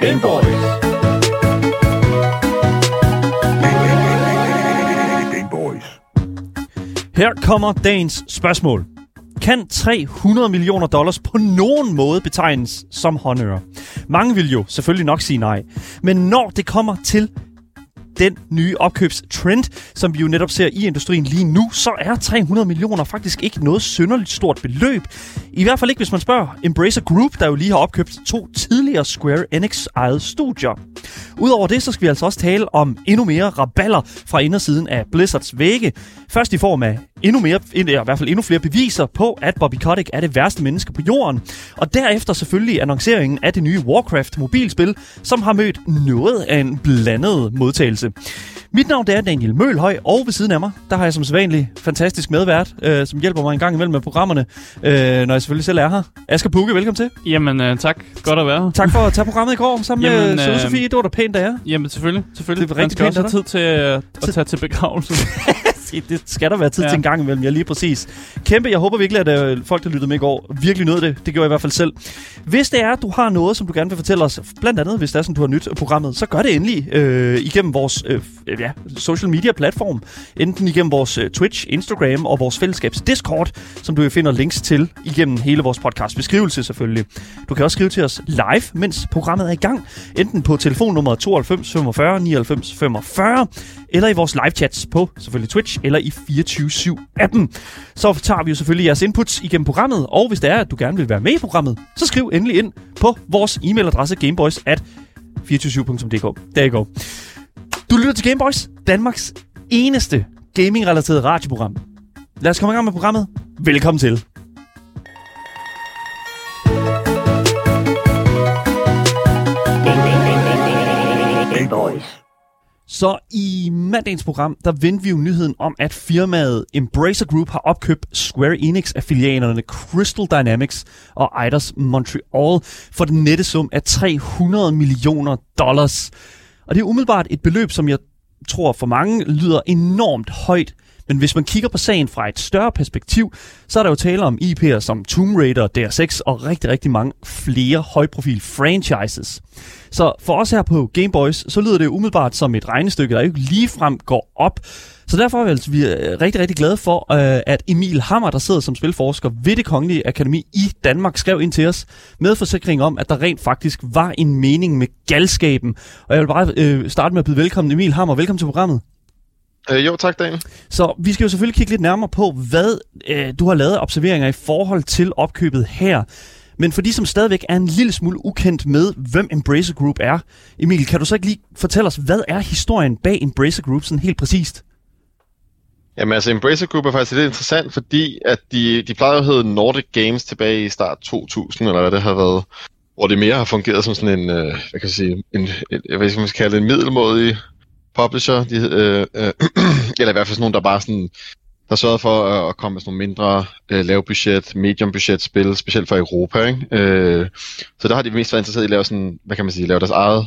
Gameboys. Her kommer dagens spørgsmål. Kan $300 millioner på nogen måde betegnes som håndøre? Mange vil jo selvfølgelig nok sige nej. Men når det kommer til den nye opkøbstrend, som vi jo netop ser i industrien lige nu, så er 300 millioner faktisk ikke noget synderligt stort beløb. I hvert fald ikke, hvis man spørger Embracer Group, der jo lige har opkøbt 2 tidligere Square Enix-ejede studier. Udover det, så skal vi altså også tale om endnu mere raballer fra indersiden af Blizzards vægge. Først i form af i hvert fald endnu flere beviser på, at Bobby Kotick er det værste menneske på jorden. Og derefter selvfølgelig annonceringen af det nye Warcraft mobilspil, som har mødt noget af en blandet modtagelse. Mit navn er Daniel Mølhøj, og ved siden af mig, der har jeg som sædvanlig fantastisk medvært, som hjælper mig en gang imellem med programmerne, når jeg selvfølgelig selv er her. Asger Bukke, velkommen til. Jamen tak, godt at være her. Tak for at tage programmet i går sammen med Søde Sofie. Det var da pænt af jer. Jamen selvfølgelig. Det var rigtig pænt af dig. Tid til at tage til begravelse. Det skal der være tid til en gang imellem, ja, lige præcis. Kæmpe, jeg håber virkelig, at folk, der lyttede med i går, virkelig nød det. Det gjorde jeg i hvert fald selv. Hvis det er, at du har noget, som du gerne vil fortælle os, blandt andet, hvis det er sådan, du har nyt programmet, så gør det endelig igennem vores social media platform. Enten igennem vores Twitch, Instagram og vores fællesskabs Discord, som du finder links til igennem hele vores podcast beskrivelse selvfølgelig. Du kan også skrive til os live, mens programmet er i gang. Enten på telefonnummer 92 45 99 45, eller i vores live chats på selvfølgelig Twitch eller i 24/7-appen. Så tager vi jo selvfølgelig jeres inputs igennem programmet, og hvis det er, at du gerne vil være med i programmet, så skriv endelig ind på vores e-mailadresse gameboys@247.dk. Der I går. Du lytter til Gameboys, Danmarks eneste gaming-relateret radioprogram. Lad os komme i gang med programmet. Velkommen til. Gameboys. Så i mandagens program, der vendte vi jo nyheden om, at firmaet Embracer Group har opkøbt Square Enix-affiliaterne Crystal Dynamics og Eidos Montreal for den nette sum af $300 millioner. Og det er umiddelbart et beløb, som jeg tror for mange lyder enormt højt. Men hvis man kigger på sagen fra et større perspektiv, så er der jo tale om IP'er som Tomb Raider, Deus Ex og rigtig, rigtig mange flere højprofil franchises. Så for os her på Gameboys, så lyder det jo umiddelbart som et regnestykke, der jo ikke ligefrem går op. Så derfor er vi rigtig, rigtig glade for, at Emil Hammer, der sidder som spilforsker ved Det Kongelige Akademi i Danmark, skrev ind til os med forsikring om, at der rent faktisk var en mening med galskaben. Og jeg vil bare starte med at byde velkommen, Emil Hammer. Velkommen til programmet. Jo, tak Daniel. Så vi skal jo selvfølgelig kigge lidt nærmere på, hvad du har lavet af observeringer i forhold til opkøbet her. Men for de, som stadigvæk er en lille smule ukendt med, hvem Embracer Group er, Emil, kan du så ikke lige fortælle os, hvad er historien bag Embracer Group sådan helt præcist? Jamen altså, Embracer Group er faktisk lidt interessant, fordi at de plejede at hedde Nordic Games tilbage i start 2000, eller hvad det har været, hvor det mere har fungeret som sådan en, hvad kan jeg sige, jeg ved ikke, man skal kalde det en middelmådig publisher, eller i hvert fald sådan nogen, der bare sådan, der sørgede for at komme med sådan nogle mindre lavbudget, medium-budget spil, specielt for Europa, ikke? Så der har de mest været interesseret i at lave sådan, hvad kan man sige, lave deres eget,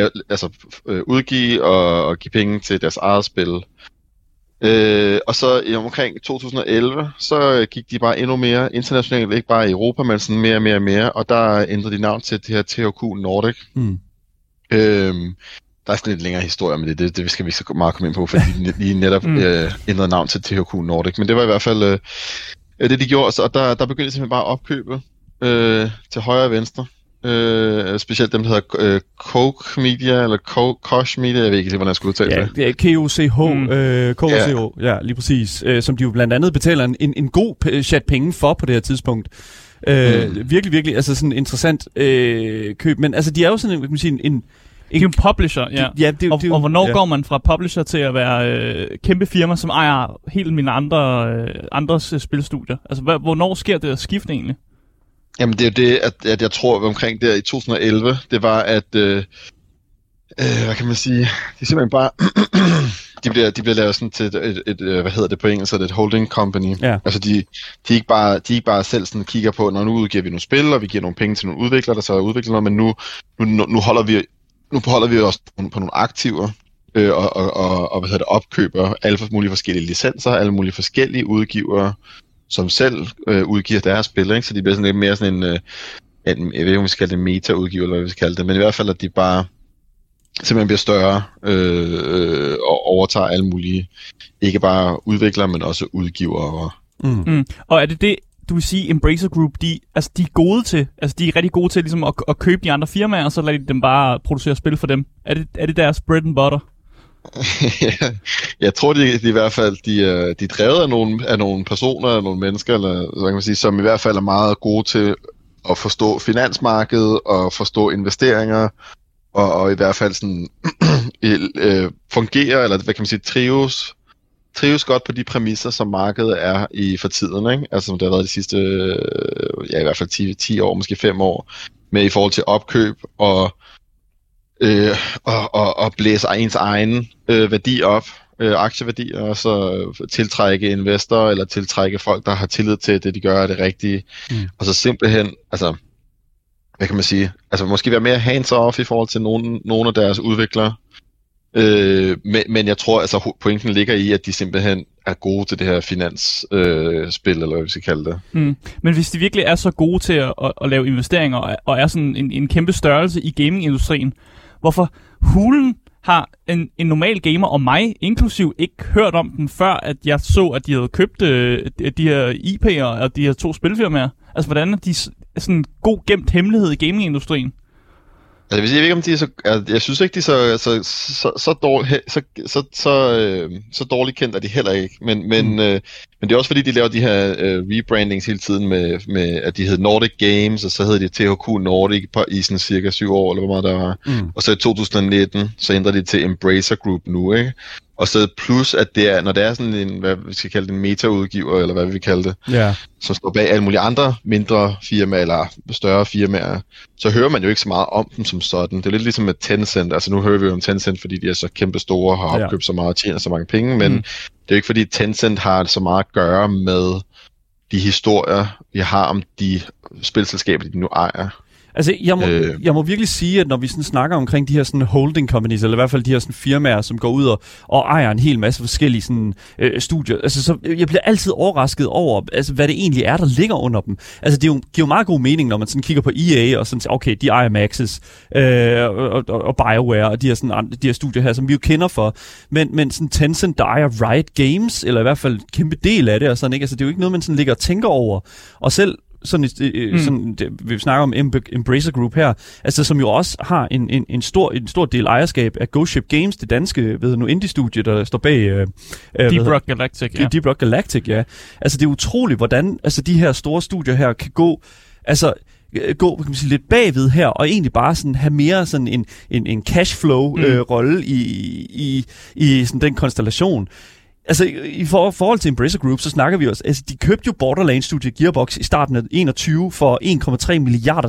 udgive og give penge til deres eget spil. Og så omkring 2011, så gik de bare endnu mere internationalt, ikke bare i Europa, men sådan mere, og der ændrede de navn til det her THQ Nordic. Der er sådan lidt længere historie med det skal vi ikke så meget komme ind på, fordi de netop ændrede navn til THQ Nordic. Men det var i hvert fald det, de gjorde, og der begyndte de simpelthen bare at opkøbe til højre og venstre. Specielt dem, der hedder Koch Media, eller Koch Media, jeg ved ikke, hvordan jeg skulle udtale det. Ja, KOCH, ja, lige præcis. Som de jo blandt andet betaler en god chat penge for på det her tidspunkt. Virkelig, altså sådan en interessant køb. Men altså, de er jo sådan, hvad kan man sige, en det er jo en publisher, ja. Og hvornår går man fra publisher til at være kæmpe firma, som ejer helt mine andres spilstudier? Altså, hvornår sker det skift egentlig? Jamen, det er jo det, at jeg tror omkring der i 2011, det var, at hvad kan man sige, de simpelthen bare, de bliver lavet sådan til et hvad hedder det på engelsk, et holding company. Ja. Altså, de ikke bare selv sådan kigger på, når nu udgiver vi nogle spil, og vi giver nogle penge til nogle udviklere, der så udvikler noget, men nu holder vi også på nogle aktiver, og hvad hedder det, opkøber alle mulige forskellige licenser, alle mulige forskellige udgivere, som selv udgiver deres spil, ikke? Så de bliver sådan lidt mere sådan jeg ved ikke, om vi skal kalde det meta-udgiver, eller hvad vi skal kalde det, men i hvert fald, at de bare simpelthen bliver større og overtager alle mulige, ikke bare udviklere, men også udgivere. Og er det, du vil sige, Embracer Group, de er gode til, altså de er rigtig gode til ligesom at købe de andre firmaer, og så lader de dem bare producere spil for dem? Er det deres bread and butter? Jeg tror, de i hvert fald, de er drevet af nogle personer, af nogle mennesker, eller hvad kan man sige, som i hvert fald er meget gode til at forstå finansmarkedet og forstå investeringer, og i hvert fald sådan fungerer, eller hvad kan man sige, trives godt på de præmisser, som markedet er i for tiden, ikke? Altså som det har været de sidste, i hvert fald 10 år, måske 5 år, med i forhold til opkøb og blæse ens egen værdi op, aktieværdier, og så tiltrække investorer, eller tiltrække folk, der har tillid til, at det de gør er det rigtige. Og så simpelthen, altså, hvad kan man sige, altså måske være mere hands-off i forhold til nogle af deres udviklere. Men jeg tror, altså pointen ligger i, at de simpelthen er gode til det her finansspil, eller hvad vi skal kalde det. Men hvis de virkelig er så gode til at lave investeringer, og er sådan en kæmpe størrelse i gamingindustrien, hvorfor hulen har en normal gamer og mig inklusiv ikke hørt om dem, før at jeg så, at de havde købt de her IP'er og de her 2 spilfirmaer? Altså, hvordan er de sådan god gemt hemmelighed i gamingindustrien? Altså, jeg ved ikke, om de er så... Jeg synes ikke, de er så dårligt kendt, er de heller ikke. Men det er også fordi, de laver de her rebrandings hele tiden med, at de hed Nordic Games, og så hed de THQ Nordic i sådan cirka 7 år, eller hvor meget der var. Og så i 2019, så ændrer de til Embracer Group nu, ikke? Og så plus, at det er, når det er sådan en, hvad vi skal kalde det, en meta-udgiver, eller hvad vi kalde det, som står bag alle mulige andre mindre firmaer, eller større firmaer, så hører man jo ikke så meget om dem som sådan. Det er lidt ligesom med Tencent. Altså nu hører vi jo om Tencent, fordi de er så kæmpe store, har opkøbt så meget og tjener så mange penge, men det er jo ikke fordi Tencent har så meget at gøre med de historier, vi har om de spilselskaber, de nu ejer. Altså, jeg må virkelig sige, at når vi sådan snakker omkring de her sådan holding companies, eller i hvert fald de her sådan firmaer, som går ud og ejer en hel masse forskellige sådan, studier, altså, så jeg bliver altid overrasket over, altså, hvad det egentlig er, der ligger under dem. Altså, det giver jo meget god mening, når man sådan kigger på EA, og sådan siger, okay, de ejer Maxis, og BioWare, og de her studier her, som vi jo kender for. Men sådan Tencent, der ejer Riot Games, eller i hvert fald en kæmpe del af det, og sådan, ikke? Altså, det er jo ikke noget, man sådan ligger og tænker over. Og selv vi snakker om Embracer Group her, altså som jo også har en stor del ejerskab af Ghost Ship Games, det danske indie-studie, der står bag Deep Rock Galactic. Deep Rock Galactic, ja. Altså det er utroligt, hvordan altså de her store studier her kan gå kan man sige, lidt bagved her, og egentlig bare sådan have mere sådan en cashflow rolle i sådan den konstellation. Altså, i forhold til Embracer Group, så snakker vi også, altså, de købte jo Borderlands-studiet Gearbox i starten af 21 for $1,3 milliarder.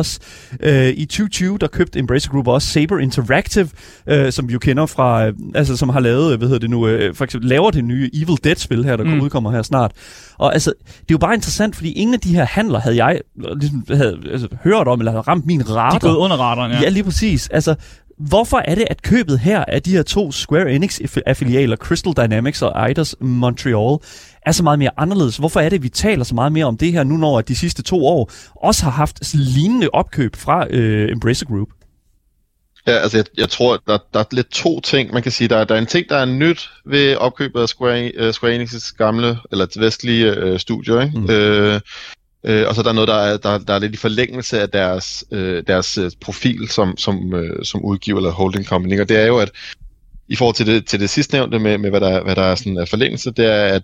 I 2020, der købte Embracer Group også Saber Interactive, som vi jo kender fra, altså, som har lavet, for eksempel laver det nye Evil Dead-spil her, der udkommer her snart. Og altså, det er jo bare interessant, fordi ingen af de her handler havde jeg ligesom, hørt om, eller havde ramt min radar. De er gået under radaren, ja. Ja, lige præcis. Altså, hvorfor er det, at købet her af de her 2 Square Enix-affilialer, Crystal Dynamics og Eidos Montreal, er så meget mere anderledes? Hvorfor er det, at vi taler så meget mere om det her, nu når de sidste 2 år også har haft lignende opkøb fra Embracer Group? Ja, altså jeg tror, der er lidt 2 ting, man kan sige. Der er en ting, der er nyt ved opkøbet af Square Enix' gamle, eller vestlige studier, ikke? Og så er der noget, der er lidt i forlængelse af deres profil som udgiver eller holding company, og det er jo, at i forhold til det sidstnævnte med hvad der er sådan en forlængelse, det er,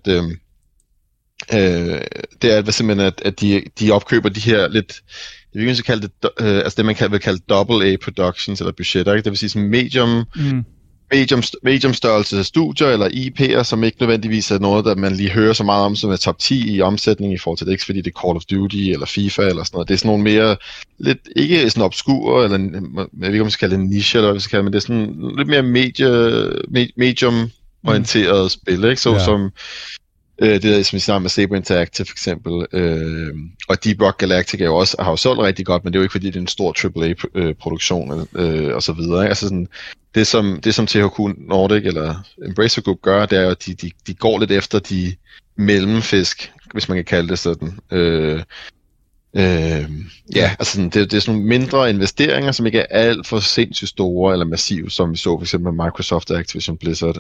at simpelthen, at de opkøber de her lidt, jeg vil ikke kalde det, altså det man vil kalde double A productions eller budgetter, ikke? Det vil sige sådan medium størrelse studier eller IP'er, som ikke nødvendigvis er noget, der man lige hører så meget om, som er top 10 i omsætning i forhold til det, ikke fordi det er Call of Duty eller FIFA eller sådan noget. Det er sådan nogle mere, lidt, ikke sådan obskur, eller jeg ved ikke, om man skal kalde det niche, eller hvad vi skal kalde det, men det er sådan lidt mere medium-orienteret spil, ikke? Så som det der, som vi snakker med Saber Interactive for eksempel, og Deep Rock Galactic har jo solgt rigtig godt, men det er jo ikke fordi, det er en stor AAA-produktion og så videre, ikke? Altså sådan, det som THQ Nordic eller Embracer Group gør, det er jo, at de går lidt efter de mellemfisk, hvis man kan kalde det sådan. Ja, altså sådan, det er sådan nogle mindre investeringer, som ikke er alt for sindssygt store eller massive, som vi så for eksempel med Microsoft og Activision Blizzard.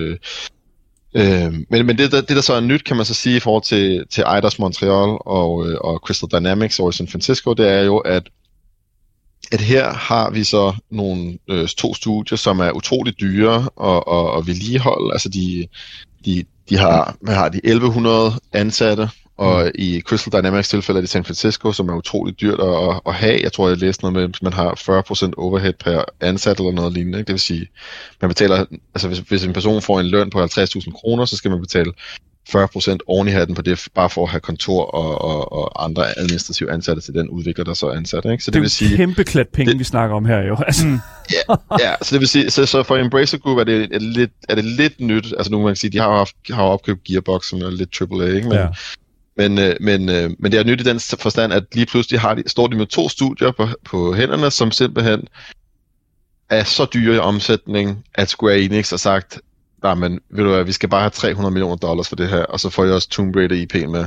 Men det der så er nyt, kan man så sige, i forhold til Eidos Montreal og Crystal Dynamics over i San Francisco, det er jo, at her har vi så nogle 2 studier, som er utroligt dyre og vedligeholde. Altså de har 1100 ansatte, og i Crystal Dynamics tilfælde er det San Francisco, som er utroligt dyrt at have. Jeg tror, jeg læste noget med, at man har 40% overhead per ansat eller noget lignende. Ikke? Det vil sige, man betaler, altså hvis en person får en løn på 50.000 kroner, så skal man betale 40% oven i hatten på det, bare for at have kontor og andre administrative ansatte til den udvikler, der så er ansat. Ikke? Så det vil sige, kæmpe klat penge, vi snakker om her jo. Altså. Ja, så det vil sige, så for Embracer Group er det lidt nyt. Altså nu kan man sige, de har opkøbt Gearbox, som er lidt AAA, ikke? Men det er nyt i den forstand, at lige pludselig står de med 2 studier på hænderne, som simpelthen er så dyre i omsætning, at Square Enix har sagt, men ved du hvad, vi skal bare have $300 million for det her, og så får jeg også Tomb Raider IP med.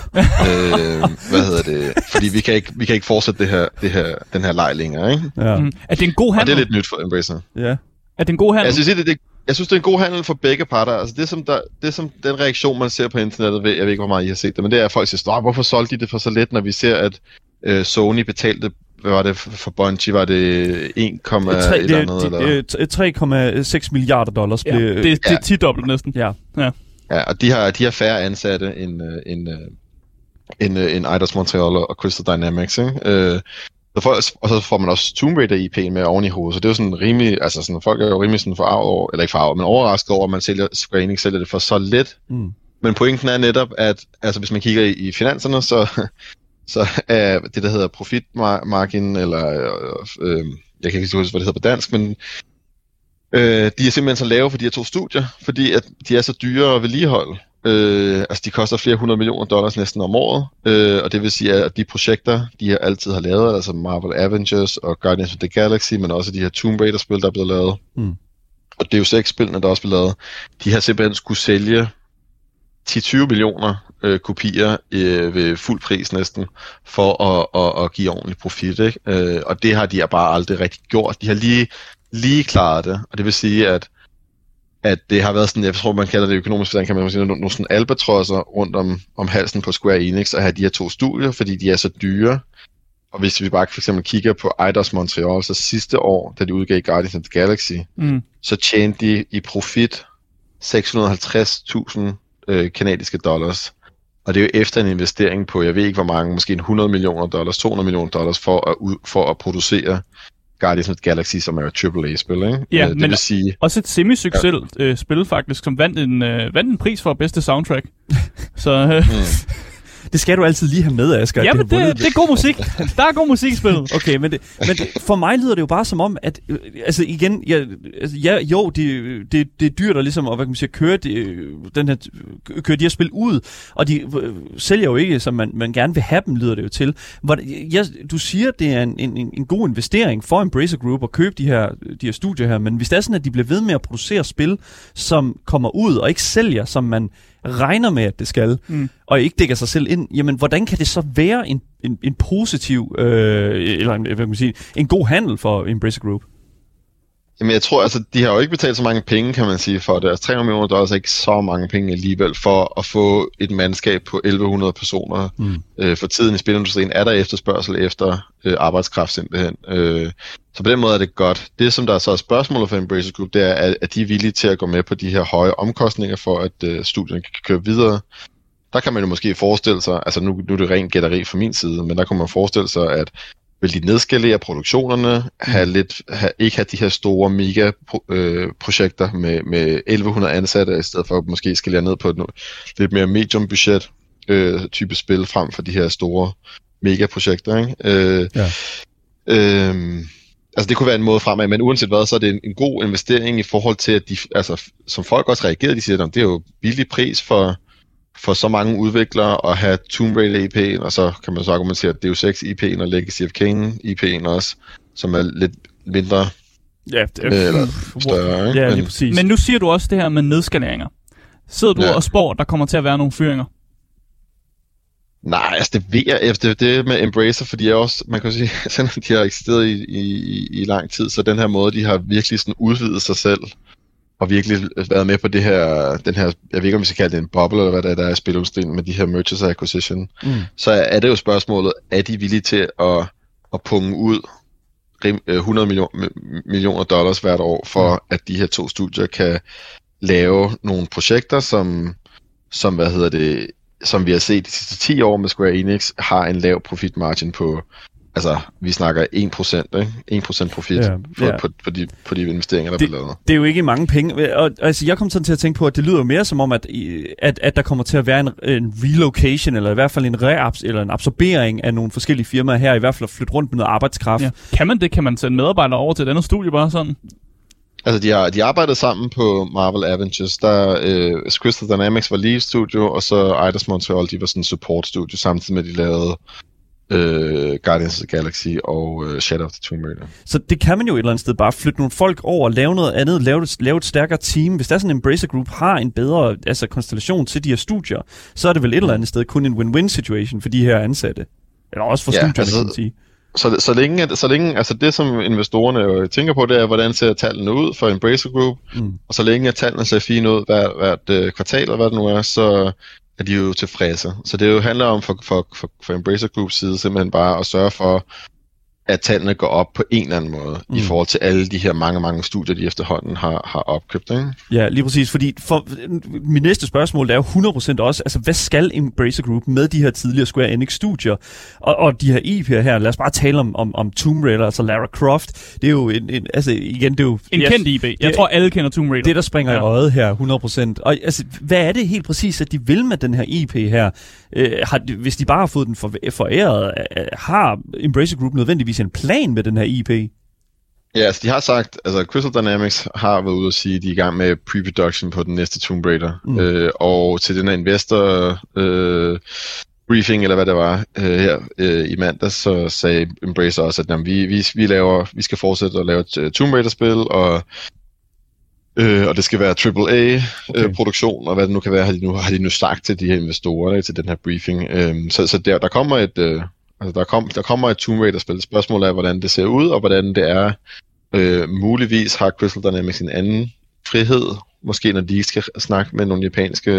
Fordi vi kan ikke fortsætte den her leg længere, ikke? Ja. Er det en god handel? Og det er lidt nyt for Embracer. Ja. Er det en god handel? Jeg synes, det er en god handel for begge parter. Altså det som den reaktion, man ser på internettet, jeg ved ikke, hvor meget I har set det, men det er, at folk siger, hvorfor solgte de det for så lidt, når vi ser, at Sony betalte, hvad var det for Bungie? Var det 3,6 milliarder dollars. Ja, det er 10-dobbelt næsten. Ja, og de har færre ansatte end Eidos Montreal og Crystal Dynamics, ikke? Og så får man også Tomb Raider IP med oven i hovedet, så det er jo sådan rimelig, altså sådan, folk er jo rimelig sådan men overrasket over, at man Square Enix sælger det for så lidt. Men pointen er netop, at altså, hvis man kigger i finanserne, så er det, der hedder profitmargin, eller jeg kan ikke huske, hvad det hedder på dansk, men de er simpelthen så lave for de her 2 studier, fordi at de er så dyre at vedligeholde. Altså de koster flere $100 million næsten om året, og det vil sige, at de projekter, de altid har lavet, altså Marvel Avengers og Guardians of the Galaxy, men også de her Tomb Raider-spil, der er blevet lavet, og Deus Ex-spillene, der også er blevet lavet, de har simpelthen skulle sælge 10-20 millioner kopier ved fuld pris næsten, for at give ordentlig profit, ikke? Og det har de bare aldrig rigtig gjort. De har lige klaret det, og det vil sige, at det har været sådan, jeg tror, man kalder det økonomisk, kan man sige, nogle sådan albatrosser rundt om halsen på Square Enix, at have de her 2 studier, fordi de er så dyre. Og hvis vi bare for eksempel kigger på Eidos Montreal, så sidste år, da de udgav Guardians of the Galaxy, så tjente de i profit $650,000 kanadiske dollars. Og det er jo efter en investering på, jeg ved ikke hvor mange, måske $100 million, $200 million for at producere Guardians of the Galaxy, som er et AAA-spil, ikke? Ja, det men vil sige, også et semi-successelt spil faktisk, som vandt en pris for bedste soundtrack. Så Det skal du altid lige have med, Asger. Ja, men det er god musik. Der er god musik i spillet. Okay, men for mig lyder det jo bare som om, at altså igen, det er dyrt at ligesom, og hvad kan man sige, køre de her spil ud, og de sælger jo ikke, som man gerne vil have dem, lyder det jo til. Du siger, det er en god investering for Embracer Group at købe de her studier her, men hvis det er sådan, at de bliver ved med at producere spil, som kommer ud og ikke sælger, som man regner med, at det skal, og ikke dækker sig selv ind, jamen, hvordan kan det så være en positiv, eller hvad kan man sige, en god handel for Embracer Group? Jamen, jeg tror, altså, de har jo ikke betalt så mange penge, kan man sige, for det. Altså, $300 million er ikke så mange penge alligevel, for at få et mandskab på 1100 personer. For tiden i spilindustrien er der efterspørgsel efter arbejdskraft simpelthen. Så på den måde er det godt. Det, som der er så er spørgsmålet for Embracer Group, det er, at de er villige til at gå med på de her høje omkostninger, for at studierne kan køre videre. Der kan man jo måske forestille sig, altså nu er det rent gætteri fra min side, men der kan man forestille sig, at vil de nedskalere produktionerne, ikke have de her store mega-projekter med 1100 ansatte, i stedet for at måske skalere ned på et lidt mere medium-budget type spil, frem for de her store mega-projekter, ikke? Altså det kunne være en måde fremad, men uanset hvad, så er det en god investering i forhold til, at de, altså, som folk også reagerede, de siger, at det er jo billig pris for så mange udviklere at have Tomb Raider IP'en, og så kan man så argumentere, at Deus Ex IP'en og Legacy of Kain IP'en også, som er lidt mindre eller større. Ja, lige præcis. Men nu siger du også det her med nedskaleringer. Sidder du og spår, at der kommer til at være nogle fyringer? Nej, altså det ved jeg efter det med Embracer, fordi også, man kan sige, at de har eksisteret i lang tid, så den her måde, de har virkelig sådan udvidet sig selv, og virkelig været med på den her, jeg ved ikke om vi skal kalde det en bubble, eller hvad det er, der er i spilindustrien med de her mergers og acquisition, så er det jo spørgsmålet, er de villige til at punge ud 100 millioner dollars hvert år, for at de her 2 studier kan lave nogle projekter, som som vi har set de sidste 10 år med Square Enix, har en lav profitmargin på, altså vi snakker 1%, ikke? 1% profit på de investeringer, der bliver lavet. Det er jo ikke mange penge. Og, altså, jeg kom sådan til at tænke på, at det lyder jo mere som om, at der kommer til at være en relocation, eller i hvert fald en absorbering af nogle forskellige firmaer her, i hvert fald at flytte rundt med noget arbejdskraft. Ja. Kan man det? Kan man sende medarbejdere over til et andet studie bare sådan? Altså, de arbejdede sammen på Marvel Avengers, der Crystal Dynamics var lead studio, og så Eidos Montreal, de var sådan en support studio, samtidig med, at de lavede Guardians of the Galaxy og Shadow of the Tomb Raider. Så det kan man jo et eller andet sted bare flytte nogle folk over, lave noget andet, lave et stærkere team. Hvis der er sådan en Embracer Group har en bedre konstellation til de her studier, så er det vel et eller andet sted kun en win-win situation for de her ansatte. Eller også for studierne, kan man sige. Så længe altså det, som investorerne tænker på, det er, hvordan ser tallene ud for Embracer Group, og så længe at tallene ser fine ud hvert kvartal, eller hvad det nu er, så er de jo tilfredse. Så det jo handler om for Embracer Groups side simpelthen bare at sørge for, at tallene går op på en eller anden måde, i forhold til alle de her mange studier, de efterhånden har opkøbt, ikke? Ja, lige præcis, fordi mit næste spørgsmål er jo 100% også, altså hvad skal Embracer Group med de her tidligere Square Enix-studier, og de her IP'er her, lad os bare tale om Tomb Raider, altså Lara Croft, det er jo en kendt IP. Jeg tror, alle kender Tomb Raider. Det, der springer i øjet her, 100%. Og altså, hvad er det helt præcis, at de vil med den her IP her? Hvis de bare har fået den foræret, har Embracer Group nødvendigvis en plan med den her IP? Ja, altså de har sagt, altså Crystal Dynamics har været ude at sige, at de er i gang med pre-production på den næste Tomb Raider. Og til den her investor briefing, eller hvad det var, her i mandags, så sagde Embracer også, at vi skal fortsætte at lave et Tomb Raider-spil, og det skal være AAA-produktion, og hvad det nu kan være, har de nu sagt til de her investorer, til den her briefing. Så der kommer der kommer et Tomb Raider-spil. Spørgsmålet er, hvordan det ser ud, og hvordan det er. Muligvis har Crystal Dynamics en anden frihed, måske når de skal snakke med nogle japanske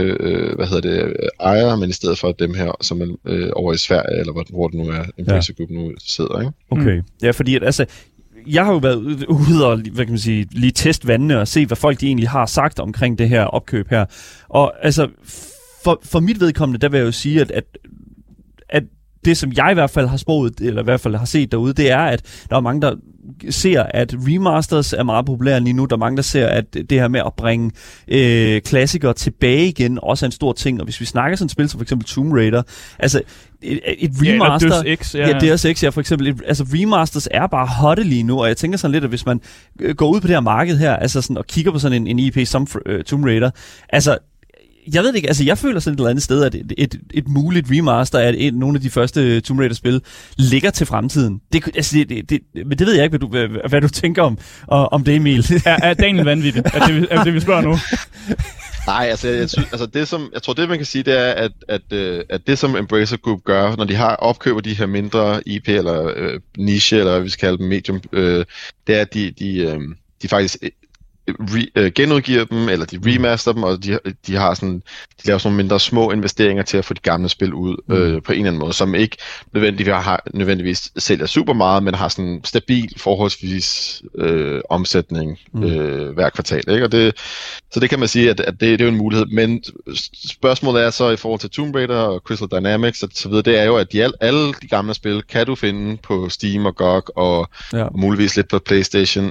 ejere, men i stedet for dem her, som er over i Sverige, eller hvor det nu er, Embracer Group nu sidder, ikke? Okay, ja, fordi at, altså, jeg har jo været ude og, hvad kan man sige, lige teste vandene og se, hvad folk de egentlig har sagt omkring det her opkøb her. Og altså, for mit vedkommende, der vil jeg jo sige, at det, som jeg i hvert fald har spået, eller i hvert fald har set derude, det er, at der er mange, der ser, at remasters er meget populære lige nu. Der er mange, der ser, at det her med at bringe klassikere tilbage igen, også er en stor ting. Og hvis vi snakker sådan et spil som for eksempel Tomb Raider, altså et remaster... Ja, Deus Ex, ja. Deus Ex, ja, for eksempel. Altså remasters er bare hotte lige nu, og jeg tænker sådan lidt, at hvis man går ud på det her marked her, altså sådan, og kigger på sådan en IP som Tomb Raider, altså jeg ved ikke, altså jeg føler sådan et eller andet sted, at et muligt remaster af nogle af de første Tomb Raider-spil ligger til fremtiden. Men det ved jeg ikke, hvad du tænker om det, Emil. Er Daniel vanvittig? Er det, vi spørger nu? Nej, altså jeg tror det man kan sige, det er, at det som Embracer Group gør, når de har opkøber de her mindre IP eller niche, eller hvad vi skal kalde dem, medium, det er, at de faktisk genudgiver dem, eller de remaster dem, og de har sådan, de laver sådan nogle mindre små investeringer til at få de gamle spil ud på en eller anden måde, som ikke nødvendigvis sælger super meget, men har sådan stabil forholdsvis omsætning hver kvartal, ikke? Og så det kan man sige, at det er jo en mulighed, men spørgsmålet er så i forhold til Tomb Raider og Crystal Dynamics og så videre, det er jo, at alle de gamle spil kan du finde på Steam og GOG og muligvis lidt på PlayStation.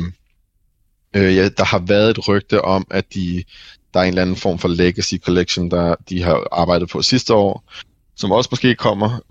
Der har været et rygte om, at der er en eller anden form for Legacy Collection, der de har arbejdet på sidste år, som også måske kommer.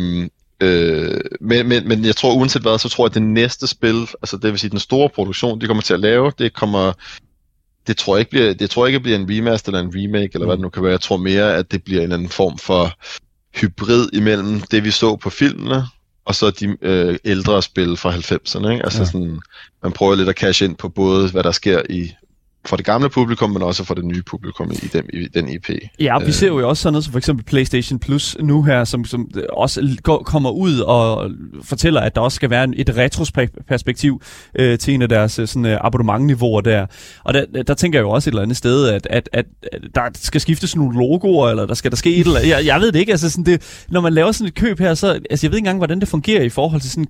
Men jeg tror uanset hvad, så tror jeg, at det næste spil, altså det vil sige den store produktion, de kommer til at lave, det tror jeg ikke bliver en remaster eller en remake, eller hvad det nu kan være. Jeg tror mere, at det bliver en eller anden form for hybrid imellem det, vi så på filmene, og så de ældre spil fra 90'erne, ikke? Altså sådan, man prøver lidt at cash ind på både, hvad der sker for det gamle publikum, men også for det nye publikum i den IP. Ja, vi ser jo også sådan noget som for eksempel PlayStation Plus nu her, som også kommer ud og fortæller, at der også skal være et retroperspektiv til en af deres sådan, abonnementniveauer der. Og der tænker jeg jo også et eller andet sted, at der skal skiftes nogle logoer, eller der skal ske et eller andet. Jeg ved det ikke, altså sådan det, når man laver sådan et køb her, så altså jeg ved ikke engang, hvordan det fungerer i forhold til sådan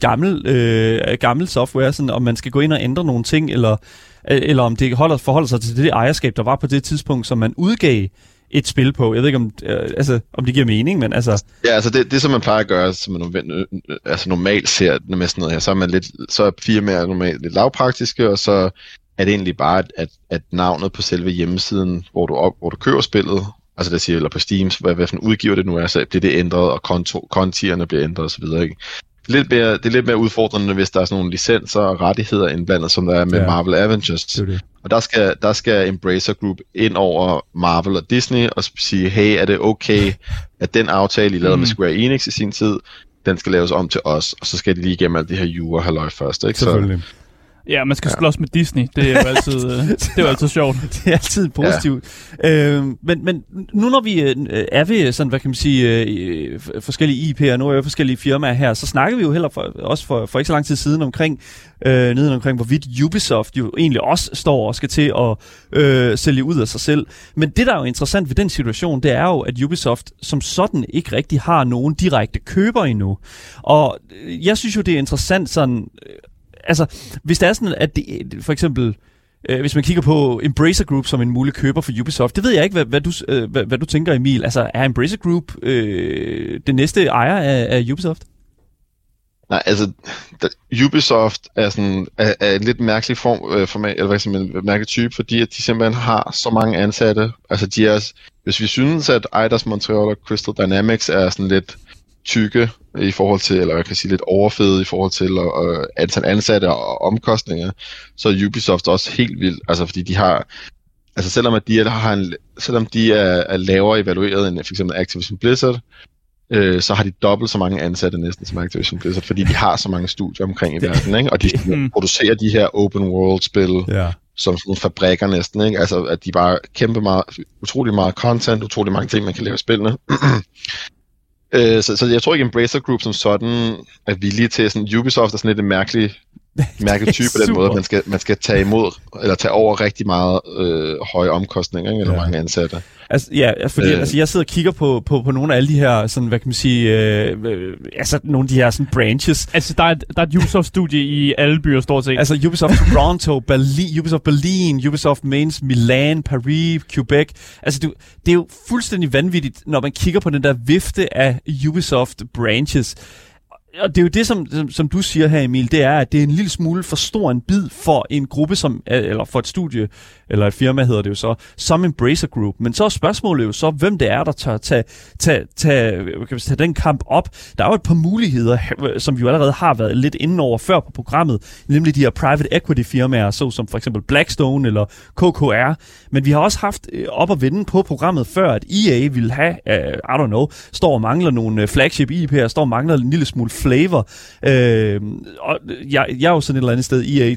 gammel software, sådan, om man skal gå ind og ændre nogle ting, eller om det forholder sig til det ejerskab, der var på det tidspunkt, som man udgav et spil på. Jeg ved ikke, om det giver mening, men altså... Ja, altså det som man plejer at gøre, som man normalt ser med sådan noget her, så er firmaer normalt lidt lavpraktiske, og så er det egentlig bare, at navnet på selve hjemmesiden, hvor du køber spillet, altså det siger, eller på Steam, hvad for en udgiver det nu er, så bliver det ændret, og kontierne bliver ændret osv., ikke? Det er lidt mere udfordrende, hvis der er sådan nogle licenser og rettigheder indblandet, som der er med Marvel Avengers. Det. Og der skal Embracer Group ind over Marvel og Disney og sige, hey, er det okay, at den aftale, I lavede med Square Enix i sin tid, den skal laves om til os, og så skal de lige igennem alt det her jura-halløj først, ikke? Selvfølgelig. Ja, man skal slås med Disney. Det er jo altid, det er jo altid sjovt. Det er altid positivt. Ja. Men nu når vi er ved sådan, hvad kan man sige, forskellige IP'er, nu er jo forskellige firmaer her, så snakker vi jo heller for ikke så lang tid siden omkring, hvorvidt Ubisoft jo egentlig også står og skal til at sælge ud af sig selv. Men det, der er jo interessant ved den situation, det er jo, at Ubisoft som sådan ikke rigtig har nogen direkte køber endnu. Og jeg synes jo, det er interessant sådan... Altså, hvis det er sådan, at det, for eksempel, hvis man kigger på Embracer Group som en mulig køber for Ubisoft, det ved jeg ikke, hvad du tænker, Emil. Altså, er Embracer Group det næste ejer af Ubisoft? Nej, altså, Ubisoft er en lidt mærkelig format, eller hvad skal man, en mærkelig type, fordi at de simpelthen har så mange ansatte. Altså, hvis vi synes, at Eidos Montreal og Crystal Dynamics er sådan lidt tykke i forhold til, eller jeg kan sige lidt overfede i forhold til antal ansatte og omkostninger, så er Ubisoft også helt vildt, altså fordi de har, altså selvom de er lavere evalueret end for eksempel Activision Blizzard, så har de dobbelt så mange ansatte næsten som Activision Blizzard, fordi de har så mange studier omkring i verden, ikke? Og de producerer de her open world spil, som sådan fabrikker næsten, ikke? Altså at de bare utrolig meget content, utrolig mange ting, man kan lave i spillene. Så jeg tror ikke, Embracer Group som sådan er villige til, sådan Ubisoft er sådan lidt en mærkelig type på den måde, man skal tage imod, eller tage over rigtig meget høje omkostninger, eller mange ansatte. Altså, fordi jeg sidder og kigger på nogle af alle de her, sådan, hvad kan man sige, altså nogle af de her sådan branches. Altså, der er et Ubisoft-studie i alle byer, stort set. Altså, Ubisoft Toronto, Ubisoft Berlin, Ubisoft Mainz, Milan, Paris, Quebec. Altså, det er jo fuldstændig vanvittigt, når man kigger på den der vifte af Ubisoft branches. Og det er jo det, som du siger her, Emil, det er, at det er en lille smule for stor en bid for en gruppe, eller for et studie, eller et firma hedder det jo så, som Embracer Group. Men så er spørgsmålet jo så, hvem det er, der tør tage den kamp op. Der er jo et par muligheder, som vi jo allerede har været lidt inde over før på programmet, nemlig de her private equity firmaer, såsom for eksempel Blackstone eller KKR. Men vi har også haft op at vende på programmet før, at EA ville have, står og mangler nogle flagship IP'er, står og mangler en lille smule flavor. Og jeg er jo sådan et eller andet sted, EA,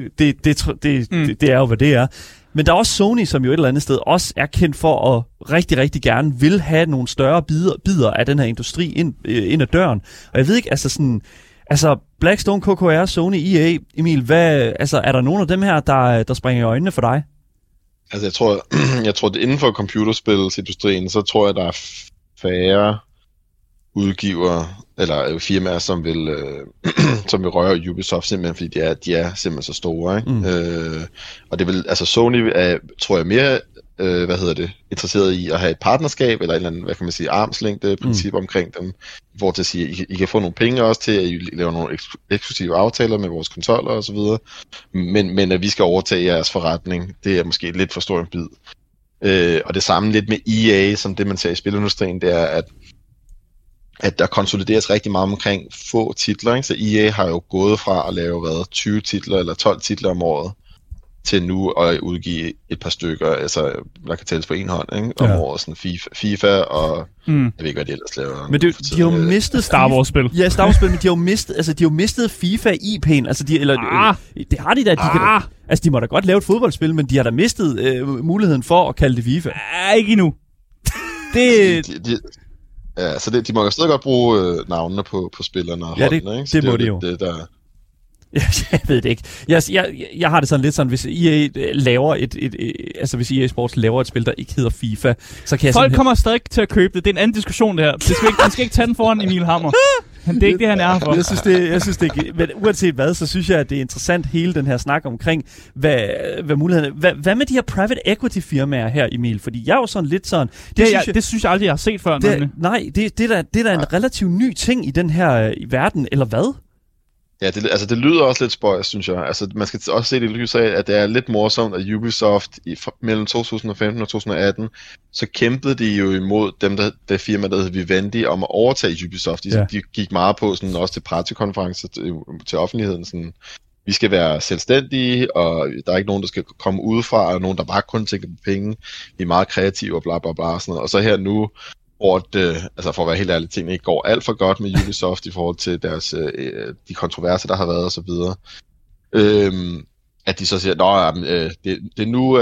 det er jo, hvad det er. Men der er også Sony, som jo et eller andet sted også er kendt for at rigtig, rigtig gerne vil have nogle større bidder af den her industri ind ad døren. Og jeg ved ikke, altså Blackstone, KKR, Sony, EA, Emil, er der nogen af dem her, der springer i øjnene for dig? Altså jeg tror, at inden for computerspilsindustrien, så tror jeg, der er færre udgivere eller firmaer, som vil røre Ubisoft, simpelthen fordi de er simpelthen så store, ikke? Og det vil, altså Sony er, tror jeg, mere interesseret i at have et partnerskab, eller et eller andet, hvad kan man sige, armslængde princip omkring dem, hvor til at sige, I kan få nogle penge også til, at I laver nogle eksklusive aftaler med vores konsoller og så videre, men at vi skal overtage jeres forretning, det er måske lidt for stor en bid. Og det samme lidt med EA, som det man ser i spilindustrien, det er, at der konsolideres rigtig meget omkring få titler, ikke? Så EA har jo gået fra at lave 20 titler eller 12 titler om året, til nu at udgive et par stykker, altså der kan tælles på en hånd, ikke? Om året, sådan FIFA og jeg ved ikke, hvad de ellers laver. Men de har jo mistet Star Wars-spil. Ja, Star Wars-spil, men de har jo mistet FIFA IP'en, altså det har de da. Altså, de må da godt lave et fodboldspil, men de har da mistet muligheden for at kalde det FIFA. Ikke endnu. De må jo stadig godt bruge navnene på spillerne og holdene, ikke? Så det må de jo. Jeg ved det ikke. Jeg har det sådan lidt sådan, hvis EA laver hvis EA Sports laver et spil, der ikke hedder FIFA, så kan jeg Folk kommer stadig til at købe det. Det er en anden diskussion, det her. Man skal ikke tage den foran Emil Hammer. Det er ikke det, han er for. Jeg synes det men uanset hvad, så synes jeg, at det er interessant hele den her snak omkring, hvad mulighederne... Hvad med de her private equity firmaer her, Emil? Fordi jeg er jo sådan lidt sådan... Det synes jeg aldrig, jeg har set før. Det er da en relativt ny ting i den her verden, eller hvad? Ja, det lyder også lidt spøjs, synes jeg. Altså, man skal også se det i lys af, at det er lidt morsomt, at Ubisoft mellem 2015 og 2018, så kæmpede de jo imod det firma, der hed Vivendi, om at overtage Ubisoft. De gik meget på, sådan, også til pressekonferencer til offentligheden, sådan, vi skal være selvstændige, og der er ikke nogen, der skal komme udefra, og nogen, der bare kun tænker på penge. Vi er meget kreative og bla bla bla. Sådan noget. Og så her nu, hvor for at være helt ærlig, tingene ikke går alt for godt med Ubisoft i forhold til deres, de kontroverser, der har været og så videre. At de så siger, det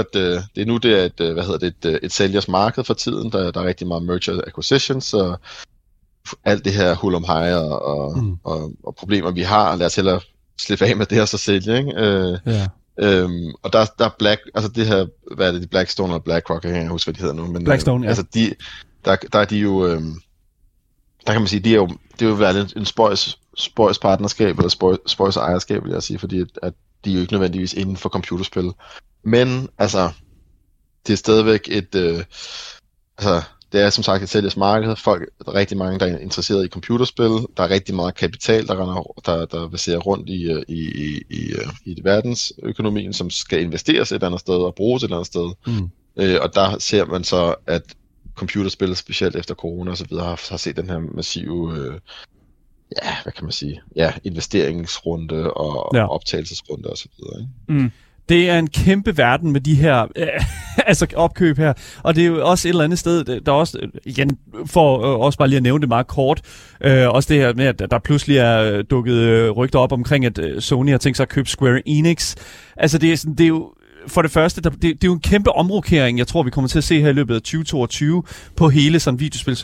er et sælgers marked for tiden, der er rigtig meget merger acquisitions, og alt det her hul om hej og problemer, vi har, lad os hellere slippe af med det og så sælge, ikke? Og der er det her, hvad er det, Blackstone og BlackRock, jeg kan ikke huske, hvad de hedder nu, men Blackstone, altså der er de jo, der kan man sige, det er jo været en spøjs partnerskab, eller spøjs ejerskab, vil jeg sige, fordi at de er jo ikke nødvendigvis inden for computerspil. Men, altså, det er stadigvæk det er som sagt et sælgers marked. Der er rigtig mange, der er interesseret i computerspil. Der er rigtig meget kapital, der baserer rundt i verdensøkonomien, som skal investeres et andet sted og bruges et andet sted. Og der ser man så, at computerspil, specielt efter corona og så videre, har set den her massive, hvad kan man sige, investeringsrunde og optagelsesrunde og så videre, ikke? Det er en kæmpe verden med de her opkøb her, og det er jo også et eller andet sted, der også, igen, for også bare lige at nævne det meget kort, også det her med, at der pludselig er dukket rygter op omkring, at Sony har tænkt sig at købe Square Enix. Altså det er jo for det første, det er jo en kæmpe omrokering, jeg tror, vi kommer til at se her i løbet af 2022 på hele sådan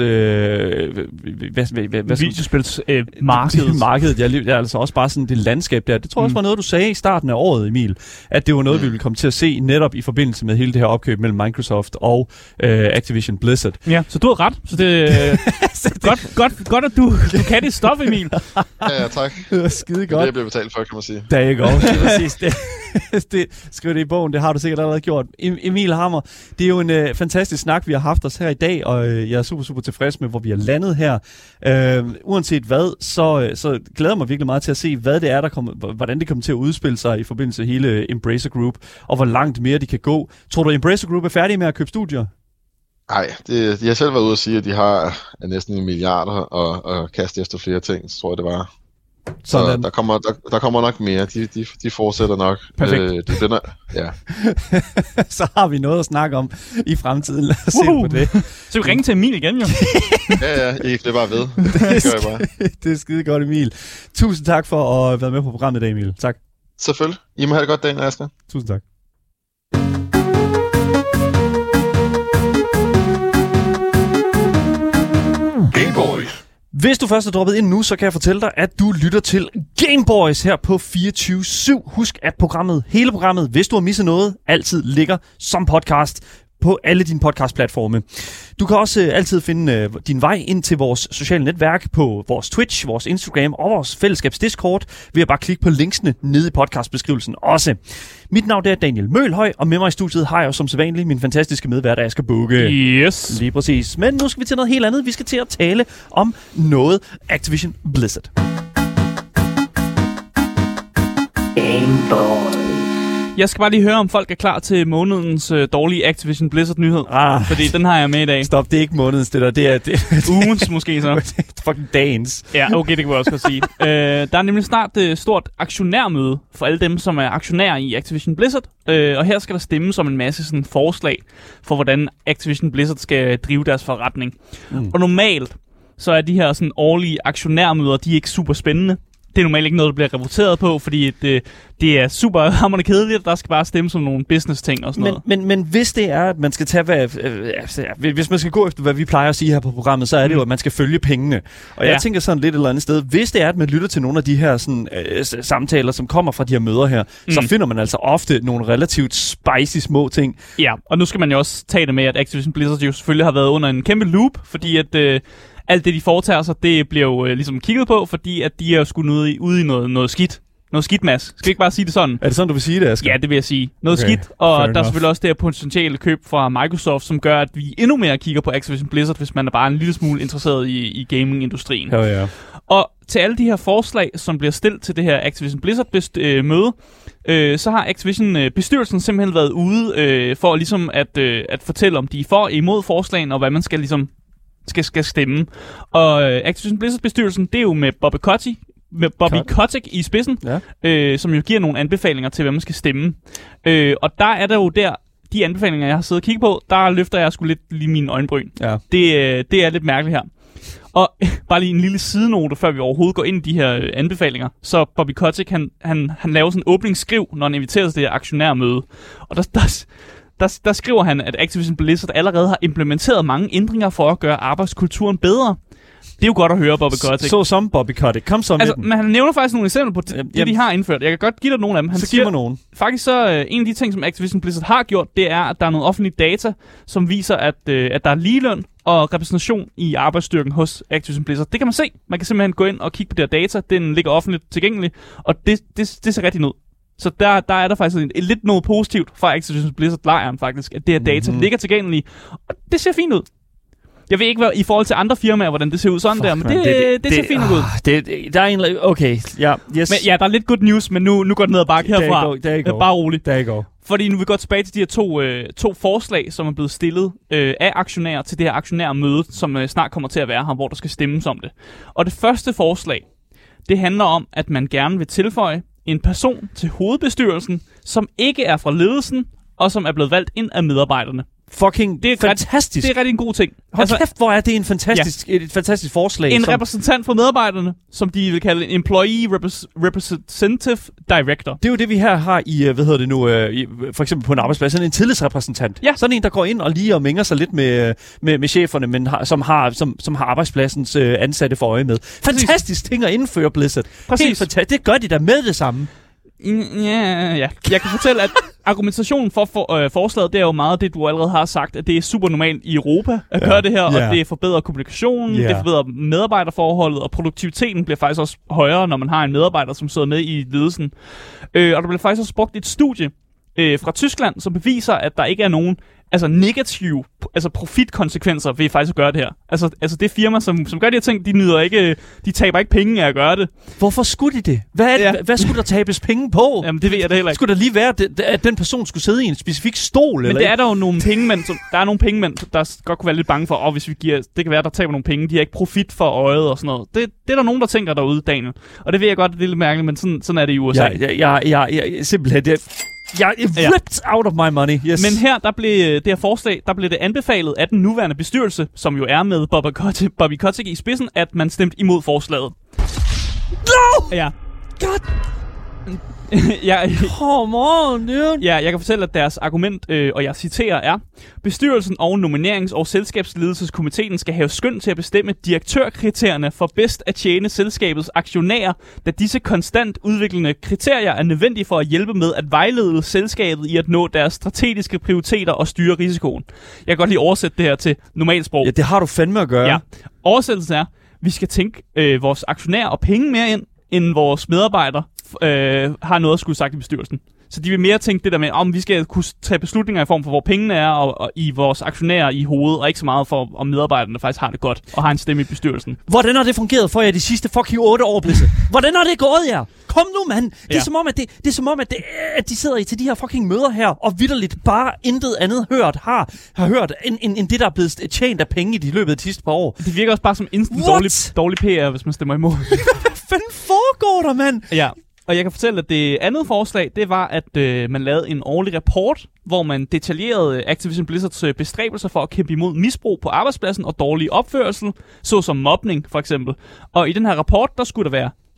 markedet. Jeg er altså også bare sådan det landskab der. Det tror jeg også var noget, du sagde i starten af året, Emil, at det var noget, vi ville komme til at se netop i forbindelse med hele det her opkøb mellem Microsoft og Activision Blizzard. Ja, så du har ret. Så det godt, at du kan det stof, Emil. Ja, tak. Det var skide godt. Det bliver betalt for, kan man sige. Der er ikke også. Skriv det i bogen, det har du sikkert allerede gjort. Emil Hammer, det er jo en fantastisk snak, vi har haft os her i dag, og jeg er super, super tilfreds med, hvor vi er landet her. Uanset hvad, så glæder jeg mig virkelig meget til at se, hvad det er, hvordan det kommer til at udspille sig i forbindelse med hele Embracer Group, og hvor langt mere de kan gå. Tror du, Embracer Group er færdige med at købe studier? Nej, de har selv været ude at sige, at de har næsten milliarder og kaste efter flere ting, så tror jeg, det var. Så der kommer nok mere. De fortsætter nok. Perfekt. Så har vi noget at snakke om i fremtiden. Lad os se på det. Så vi ringer til Emil igen, jo. ja, det er bare ved. Det gør jeg bare. Det er skide godt, Emil. Tusind tak for at være med på programmet i dag, Emil. Tak. Selvfølgelig. I må have det godt, Daniel Asger. Tusind tak. Hvis du først er droppet ind nu, så kan jeg fortælle dig, at du lytter til Gameboys her på 24/7. Husk, at hele programmet, hvis du har misset noget, altid ligger som podcast på alle dine podcastplatforme. Du kan også altid finde din vej ind til vores sociale netværk på vores Twitch, vores Instagram og vores fællesskabs Discord ved at bare klikke på linksene nede i podcastbeskrivelsen også. Mit navn er Daniel Mølhøj, og med mig i studiet har jeg som sædvanligt min fantastiske medvært Asger Bugge. Yes. Lige præcis. Men nu skal vi til noget helt andet. Vi skal til at tale om noget Activision Blizzard. Jeg skal bare lige høre, om folk er klar til månedens dårlige Activision Blizzard-nyhed. Fordi den har jeg med i dag. Stop, det er ikke månedens, det der. Det er ugens måske så. Fucking dagens. Ja, okay, det kan jeg også godt sige. Der er nemlig snart et stort aktionærmøde for alle dem, som er aktionærer i Activision Blizzard. Og her skal der stemmes om en masse sådan forslag for, hvordan Activision Blizzard skal drive deres forretning. Og normalt så er de her sådan årlige aktionærmøder, de er ikke super spændende. det er normalt ikke noget, der bliver rapporteret på, fordi det er super hammerende kedeligt, der skal bare stemme som nogle business-ting og sådan noget. Men hvis det er, at man skal tage, hvis man skal gå efter, hvad vi plejer at sige her på programmet, så er det jo, at man skal følge pengene. Og jeg tænker sådan lidt et eller andet sted, hvis det er, at man lytter til nogle af de her sådan, samtaler, som kommer fra de her møder her, så finder man altså ofte nogle relativt spicy små ting. Ja, og nu skal man jo også tage det med, at Activision Blizzard jo selvfølgelig har været under en kæmpe loop, fordi at alt det, de foretager sig, det bliver jo ligesom kigget på, fordi at de er jo sgu ude i noget skidt. Noget skidt, Mads. Skal vi ikke bare sige det sådan? Er det sådan, du vil sige det, Asger? Ja, det vil jeg sige. Noget skidt, og der er selvfølgelig også det her potentielle køb fra Microsoft, som gør, at vi endnu mere kigger på Activision Blizzard, hvis man er bare en lille smule interesseret i gaming-industrien. Ja. Og til alle de her forslag, som bliver stillet til det her Activision Blizzard-møde, så har Activision-bestyrelsen simpelthen været ude for ligesom at fortælle, om de er for imod forslagene, og hvad man skal ligesom skal stemme. Og Activision Blizzard-bestyrelsen, det er jo med Bobby Kotick i spidsen, som jo giver nogle anbefalinger til, hvad man skal stemme. Og der er der jo de anbefalinger, jeg har siddet og kigget på, der løfter jeg sgu lidt lige mine øjenbryn. Ja. Det er lidt mærkeligt her. Og bare lige en lille sidenote, før vi overhovedet går ind i de her anbefalinger. Så Bobby Kotick, han laver sådan en åbningsskriv, når han inviterer til det aktionærmøde. Og der skriver han, at Activision Blizzard allerede har implementeret mange ændringer for at gøre arbejdskulturen bedre. Det er jo godt at høre, Bobby Kotick. Så som Bobby Kotick. Kom så med den. Men han nævner faktisk nogle eksempler på det, de har indført. Jeg kan godt give dig nogle af dem. Han siger, nogen. Faktisk så en af de ting, som Activision Blizzard har gjort, det er, at der er noget offentlig data, som viser, at der er ligeløn og repræsentation i arbejdsstyrken hos Activision Blizzard. Det kan man se. Man kan simpelthen gå ind og kigge på det her data. Den ligger offentligt tilgængelig, og det ser rigtig ud. Så der er der faktisk lidt noget positivt fra Activision Blizzard-lejren faktisk, at det her data ligger tilgængeligt, og det ser fint ud. Jeg ved ikke, hvad, i forhold til andre firmaer, hvordan det ser ud sådan der, men det ser fint ud. Der er en... Okay, ja. Yes. Men, ja, der er lidt good news, men nu går det ned ad bakke herfra. Bare roligt. Der går. Fordi nu vil vi gå tilbage til de her to forslag, som er blevet stillet af aktionærer til det her aktionærmøde, som snart kommer til at være her, hvor der skal stemmes om det. Og det første forslag, det handler om, at man gerne vil tilføje en person til hovedbestyrelsen, som ikke er fra ledelsen, og som er blevet valgt ind af medarbejderne. Fucking det er fantastisk. Det er rigtig en god ting. Hold kæft, hvor er det et fantastisk forslag. En repræsentant for medarbejderne, som de vil kalde en Employee Representative Director. Det er jo det, vi her har i, for eksempel på en arbejdsplads, en tillidsrepræsentant. Ja. Sådan en, der går ind og lige og mænger sig lidt med cheferne, men som har arbejdspladsens ansatte for øje med. Fantastisk ting at indføre, Blizzard. Præcis. Helt fantastisk. Det gør de da med det samme. Ja. Jeg kan fortælle, at argumentationen for forslaget, det er jo meget det, du allerede har sagt, at det er super normalt i Europa at gøre det her, og det forbedrer kommunikationen, det forbedrer medarbejderforholdet, og produktiviteten bliver faktisk også højere, når man har en medarbejder, som sidder med i ledelsen. Og der bliver faktisk også brugt et studie fra Tyskland, som beviser, at der ikke er nogen negative profitkonsekvenser ved faktisk at gøre det her. Altså det firma, som gør de her ting, de taber ikke penge af at gøre det. Hvorfor skulle de det? Hvad skulle der tabes penge på? Jamen, det ved jeg da heller ikke. Skulle der lige være, at den person skulle sidde i en specifik stol? Men eller det er der jo nogle pengemænd, der godt kunne være lidt bange for, hvis vi giver, det kan være, der taber nogle penge, de har ikke profit for øjet og sådan noget. Det er der nogen, der tænker derude, Daniel. Og det ved jeg godt, det er lidt mærkeligt, men sådan er det i USA. Jeg simpelthen... Jeg er ripped out of my money. Yes. Men her, det her forslag, der blev det anbefalet af den nuværende bestyrelse, som jo er med Bobby Kotick i spidsen, at man stemte imod forslaget. No! Ja. God! Come on, dude. Ja, jeg kan fortælle, at deres argument, og jeg citerer, er: bestyrelsen og nominerings- og selskabsledelseskomiteen skal have skøn til at bestemme direktørkriterierne for bedst at tjene selskabets aktionærer, da disse konstant udviklende kriterier er nødvendige for at hjælpe med at vejlede selskabet i at nå deres strategiske prioriteter og styre risikoen. Jeg kan godt lige oversætte det her til normalt sprog. Ja, det har du fandme at gøre. Ja. Oversættelsen er: vi skal tænke vores aktionærer og penge mere ind, end vores medarbejdere har noget at skulle sagt i bestyrelsen. Så de vil mere tænke det der med, om vi skal kunne tage beslutninger i form for, hvor pengene er, og i vores aktionærer i hovedet, og ikke så meget for, om medarbejderne faktisk har det godt, og har en stemme i bestyrelsen. Hvordan har det fungeret for jer de sidste fucking 8 år, Blizzard? Hvordan har det gået jer? Kom nu, mand! Det er som om, at de sidder i til de her fucking møder her, og vitterligt bare intet andet har hørt, end det, der er blevet tjent af penge i de løbet af de sidste par år. Det virker også bare som instant dårlig PR, hvis man stemmer imod. Hvad fanden foregår der, mand? Ja. Og jeg kan fortælle, at det andet forslag, det var, at man lavede en årlig rapport, hvor man detaljerede Activision Blizzards bestræbelser for at kæmpe imod misbrug på arbejdspladsen og dårlig opførsel, såsom mobning for eksempel. Og i den her rapport, der skulle der være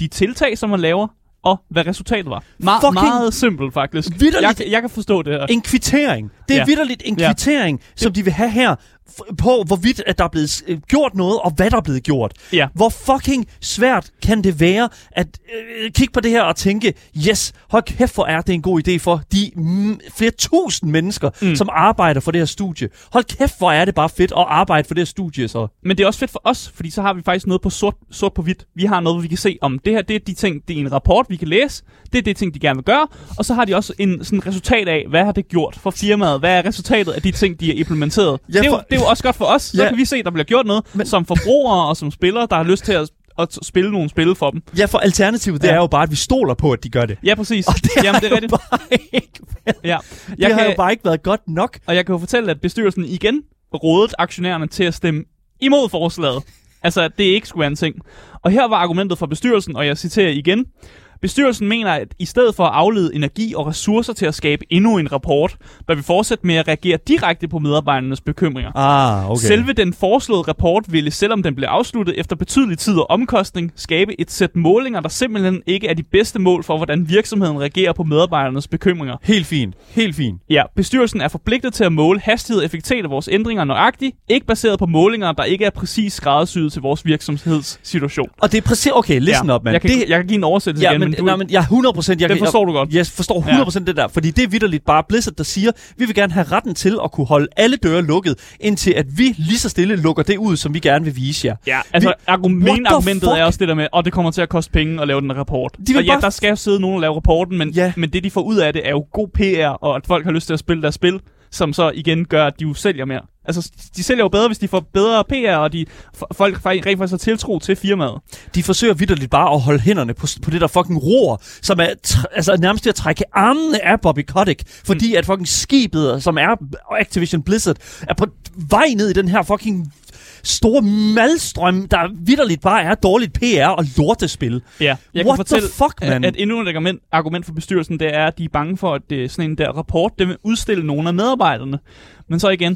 de tiltag, som man laver, og hvad resultatet var. Meget simpelt, faktisk. Jeg kan forstå det her. En kvittering. Det er vitterligt en kvittering, som de vil have her, på hvorvidt at der er blevet gjort noget, og hvad der er blevet gjort. Ja. Hvor fucking svært kan det være at kigge på det her og tænke, yes, hold kæft, hvor er det en god idé for de flere tusind mennesker, som arbejder for det her studie. Hold kæft, hvor er det bare fedt at arbejde for det her studie så. Men det er også fedt for os, fordi så har vi faktisk noget på sort på hvidt. Vi har noget, hvor vi kan se, om det her, det er de ting, det er en rapport, vi kan læse. Det er det ting, de gerne vil gøre. Og så har de også en sådan resultat af, hvad har det gjort for firmaet? Hvad er resultatet af de ting, de har implementeret? Ja, det er jo også godt for os. Så kan vi se, at der bliver gjort noget som forbrugere og som spillere, der har lyst til at spille nogle spil for dem. Ja, for alternativet, det er jo bare, at vi stoler på, at de gør det. Ja, præcis. Og det har jo bare ikke været, har jo bare ikke været godt nok. Og jeg kan jo fortælle, at bestyrelsen igen rådede aktionærerne til at stemme imod forslaget. Altså, det ikke skulle være en ting. Og her var argumentet fra bestyrelsen, og jeg citerer igen. Bestyrelsen mener, at i stedet for at aflede energi og ressourcer til at skabe endnu en rapport, bør vi fortsætte med at reagere direkte på medarbejdernes bekymringer. Okay. Selve den foreslåede rapport ville, selvom den blev afsluttet efter betydelig tid og omkostning, skabe et sæt målinger, der simpelthen ikke er de bedste mål for, hvordan virksomheden reagerer på medarbejdernes bekymringer. Helt fint. Ja, bestyrelsen er forpligtet til at måle hastighed og effektivitet af vores ændringer nøjagtigt, ikke baseret på målinger, der ikke er præcis skræddersyet til vores virksomhedssituation. Og det er præcis... Okay, listen up, man. Jeg kan give en oversættelse igen, men jeg 100%... Det forstår du godt. Jeg forstår 100% det der, fordi det er vitterligt bare Blizzard, der siger, vi vil gerne have retten til at kunne holde alle døre lukket, indtil at vi lige så stille lukker det ud, som vi gerne vil vise jer. Ja, altså argumentet er også det der med, det kommer til at koste penge at lave den rapport. Og ja, der skal jo sidde nogen og lave rapporten, men det de får ud af det er jo god PR, og at folk har lyst til at spille deres spil, som så igen gør, at de jo sælger mere. Altså, de sælger jo bedre, hvis de får bedre PR, og folk rent faktisk har tiltro til firmaet. De forsøger vitterligt bare at holde hænderne på det der fucking ror, som er nærmest at trække armene af Bobby Kotick, fordi at fucking skibet, som er Activision Blizzard, er på vej ned i den her fucking store malstrøm, der vitterligt bare er dårligt PR og lortespil. Ja, jeg kan fortælle, at endnu et argument for bestyrelsen, det er, at de er bange for, at sådan en der rapport, det vil udstille nogle af medarbejderne. Men så igen,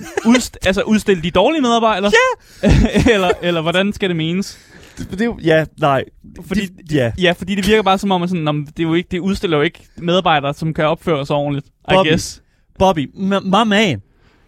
udstille de dårlige medarbejdere? Ja! eller hvordan skal det menes? Fordi det virker bare som om, at sådan, det udstiller jo ikke medarbejdere, som kan opføre sig ordentligt, I guess. Bobby, my man.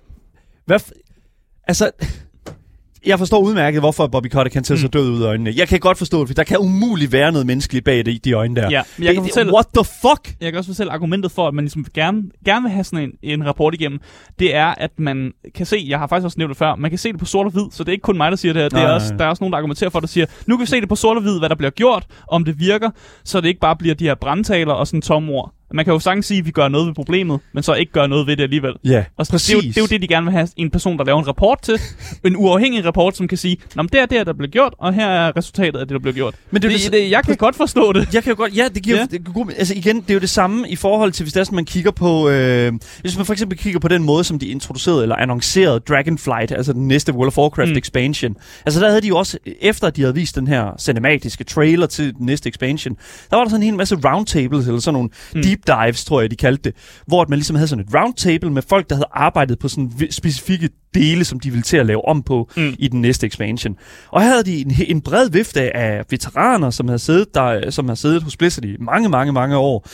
Jeg forstår udmærket, hvorfor Bobby Kotick kan tage sig død ud af øjnene. Jeg kan godt forstå det, for der kan umuligt være noget menneskeligt bag de øjne der. Ja, men jeg kan fortælle, what the fuck? Jeg kan også fortælle argumentet for, at man ligesom gerne vil have sådan en rapport igennem. Det er, at man kan se, jeg har faktisk også nævnt det før, man kan se det på sort og hvid, så det er ikke kun mig, der siger det her. Der er også nogen, der argumenterer for, der siger, nu kan vi se det på sort og hvid, hvad der bliver gjort, om det virker, så det ikke bare bliver de her brandtaler og sådan tomme ord. Man kan jo sagtens sige, at vi gør noget ved problemet, men så ikke gør noget ved det alligevel. Ja, og præcis. Det er jo det, de gerne vil have en person, der laver en rapport til. En uafhængig rapport, som kan sige, det er det, der bliver gjort, og her er resultatet af det, der bliver gjort. Men jeg kan godt forstå det. Jeg kan jo godt, det giver altså igen, det er jo det samme i forhold til, hvis det er sådan, man kigger på, hvis man for eksempel kigger på den måde, som de introducerede eller annoncerede Dragonflight, altså den næste World of Warcraft expansion. Altså der havde de jo også, efter at de havde vist den her cinematiske trailer til den næste expansion, der var der sådan en hel masse roundtables, eller sådan nogle deep dives, tror jeg, de kaldte det, hvor man ligesom havde sådan et roundtable med folk, der havde arbejdet på sådan specifikke dele, som de ville til at lave om på i den næste expansion. Og her havde de en bred vifte af veteraner, som har siddet hos Blizzard i mange år.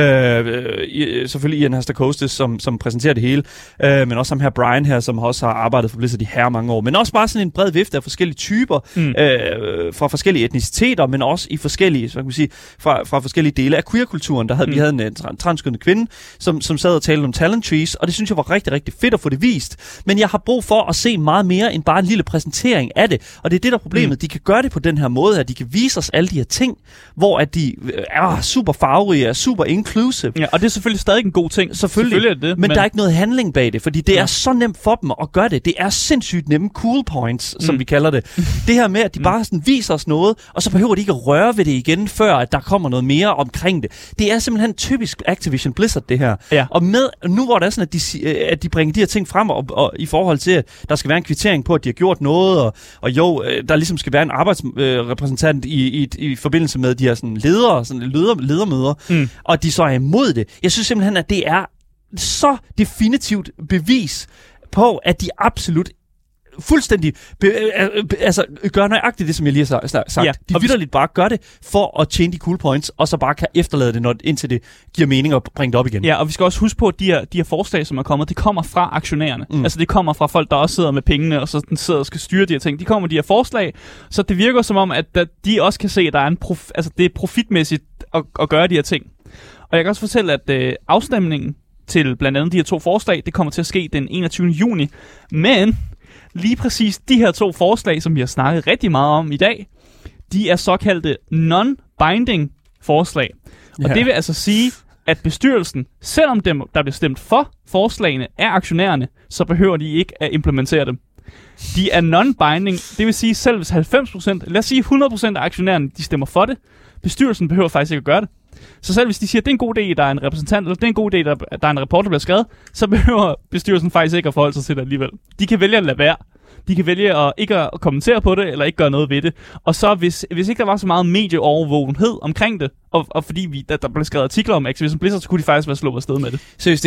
Selvfølgelig Ian Haster-Kostis, som præsenterer det hele, men også ham her Brian her, som også har arbejdet for Blizzard i mange år. Men også bare sådan en bred vifte af forskellige typer, fra forskellige etniciteter, men også i forskellige, så kan man sige, fra forskellige dele af queer-kulturen. Vi havde en transkønnet kvinde, som sad og talte om talent trees, og det synes jeg var rigtig, rigtig fedt at få det vist. Men jeg har brug for at se meget mere end bare en lille præsentering af det. Og det er det, der er problemet. De kan gøre det på den her måde, at de kan vise os alle de her ting, hvor at de er super farverige, er super inclusive. Ja, og det er selvfølgelig stadig en god ting. Selvfølgelig er det. Men der er ikke noget handling bag det, fordi det er så nemt for dem at gøre det. Det er sindssygt nemme cool points, som vi kalder det. Det her med, at de bare sådan viser os noget, og så behøver de ikke at røre ved det igen, før at der kommer noget mere omkring det. Det er simpelthen typisk Activision Blizzard, det her. Ja. Og nu hvor det er sådan, at de bringer de her ting frem, og i forhold til, at der skal være en kvittering på, at de har gjort noget, og der ligesom skal være en arbejdsrepræsentant i forbindelse med de her sådan ledere, sådan ledermøder, og de så er imod det. Jeg synes simpelthen, at det er så definitivt bevis på, at de absolut fuldstændig gør nøjagtigt det, som jeg lige har sagt. Ja, de vitterligt bare gør det for at tjene de cool points, og så bare kan efterlade det, indtil det giver mening at bringe det op igen. Ja, og vi skal også huske på, at de her forslag, som er kommet, det kommer fra aktionærerne. Altså det kommer fra folk, der også sidder med pengene, og så den sidder og skal styre de her ting. De kommer med de her forslag, så det virker som om, at de også kan se, at der er det er profitmæssigt at gøre de her ting. Og jeg kan også fortælle, at afstemningen til blandt andet de her 2 forslag, det kommer til at ske den 21. juni. Men lige præcis de her 2 forslag, som vi har snakket rigtig meget om i dag, de er såkaldte non-binding forslag. Og det vil altså sige, at bestyrelsen, selvom der bliver stemt for forslagene af aktionærerne, så behøver de ikke at implementere dem. De er non-binding, det vil sige selv hvis 90%, lad os sige 100% af aktionærerne, de stemmer for det, bestyrelsen behøver faktisk ikke at gøre det. Så selv hvis de siger, at det er en god idé, der er en repræsentant, eller det er en god idé, der er en rapport, der bliver skrevet, så behøver bestyrelsen faktisk ikke at forholde sig til det alligevel. De kan vælge at lade være. De kan vælge at ikke at kommentere på det, eller ikke gøre noget ved det. Og så hvis ikke der var så meget medieovervågenhed omkring det, og fordi der blev skrevet artikler om Activision Blizzard, så kunne de faktisk være slået afsted med det. Seriøst,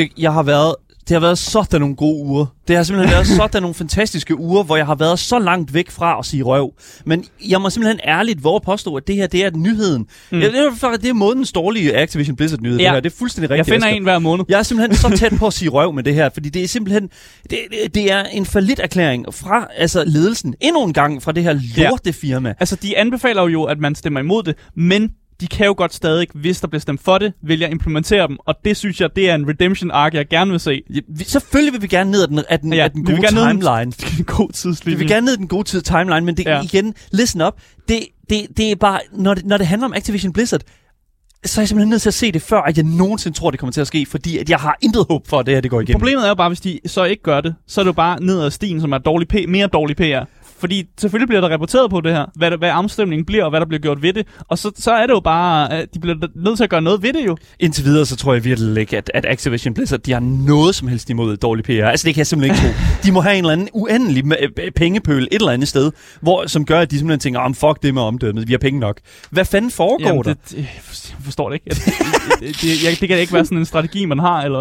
det har været sådan nogle gode uger. Det har simpelthen været sådan nogle fantastiske uger, hvor jeg har været så langt væk fra at sige røv. Men jeg må simpelthen ærligt våge påstå, at det her, det er nyheden. Det er månedens dårlige Activision Blizzard-nyhed. Ja. Det er fuldstændig rigtigt. Jeg finder en hver måned. Jeg er simpelthen så tæt på at sige røv med det her, fordi det er simpelthen det er en falliterklæring fra ledelsen. Endnu en gang fra det her lortefirma. Altså, de anbefaler jo, at man stemmer imod det, men de kan jo godt stadig, hvis der bliver stemt for det, vælge at implementere dem, og det synes jeg, det er en redemption arc, jeg gerne vil se. Selvfølgelig vil vi gerne ned af den gode timeline. Den gode tidslinje. Vi vil gerne ned af den gode timeline, men det igen, listen up, det er bare, når det handler om Activision Blizzard, så er jeg simpelthen nødt til at se det, før at jeg nogensinde tror, det kommer til at ske, fordi at jeg har intet håb for, at det her det går igennem. Problemet er jo bare, hvis de så ikke gør det, så er det jo bare ned ad stien, som er mere dårlig PR. Fordi selvfølgelig bliver der rapporteret på det her, hvad afstemningen bliver, og hvad der bliver gjort ved det. Og så er det jo bare, at de bliver nødt til at gøre noget ved det jo. Indtil videre, så tror jeg virkelig ikke, at Activision Blizzard, de har noget som helst imod dårlig PR. Altså det kan jeg simpelthen ikke tro. De må have en eller anden uendelig pengepøl et eller andet sted, som gør, at de simpelthen tænker, fuck det med omdømmet, vi har penge nok. Hvad fanden foregår der? Jeg forstår det ikke. Det kan ikke være sådan en strategi, man har, eller...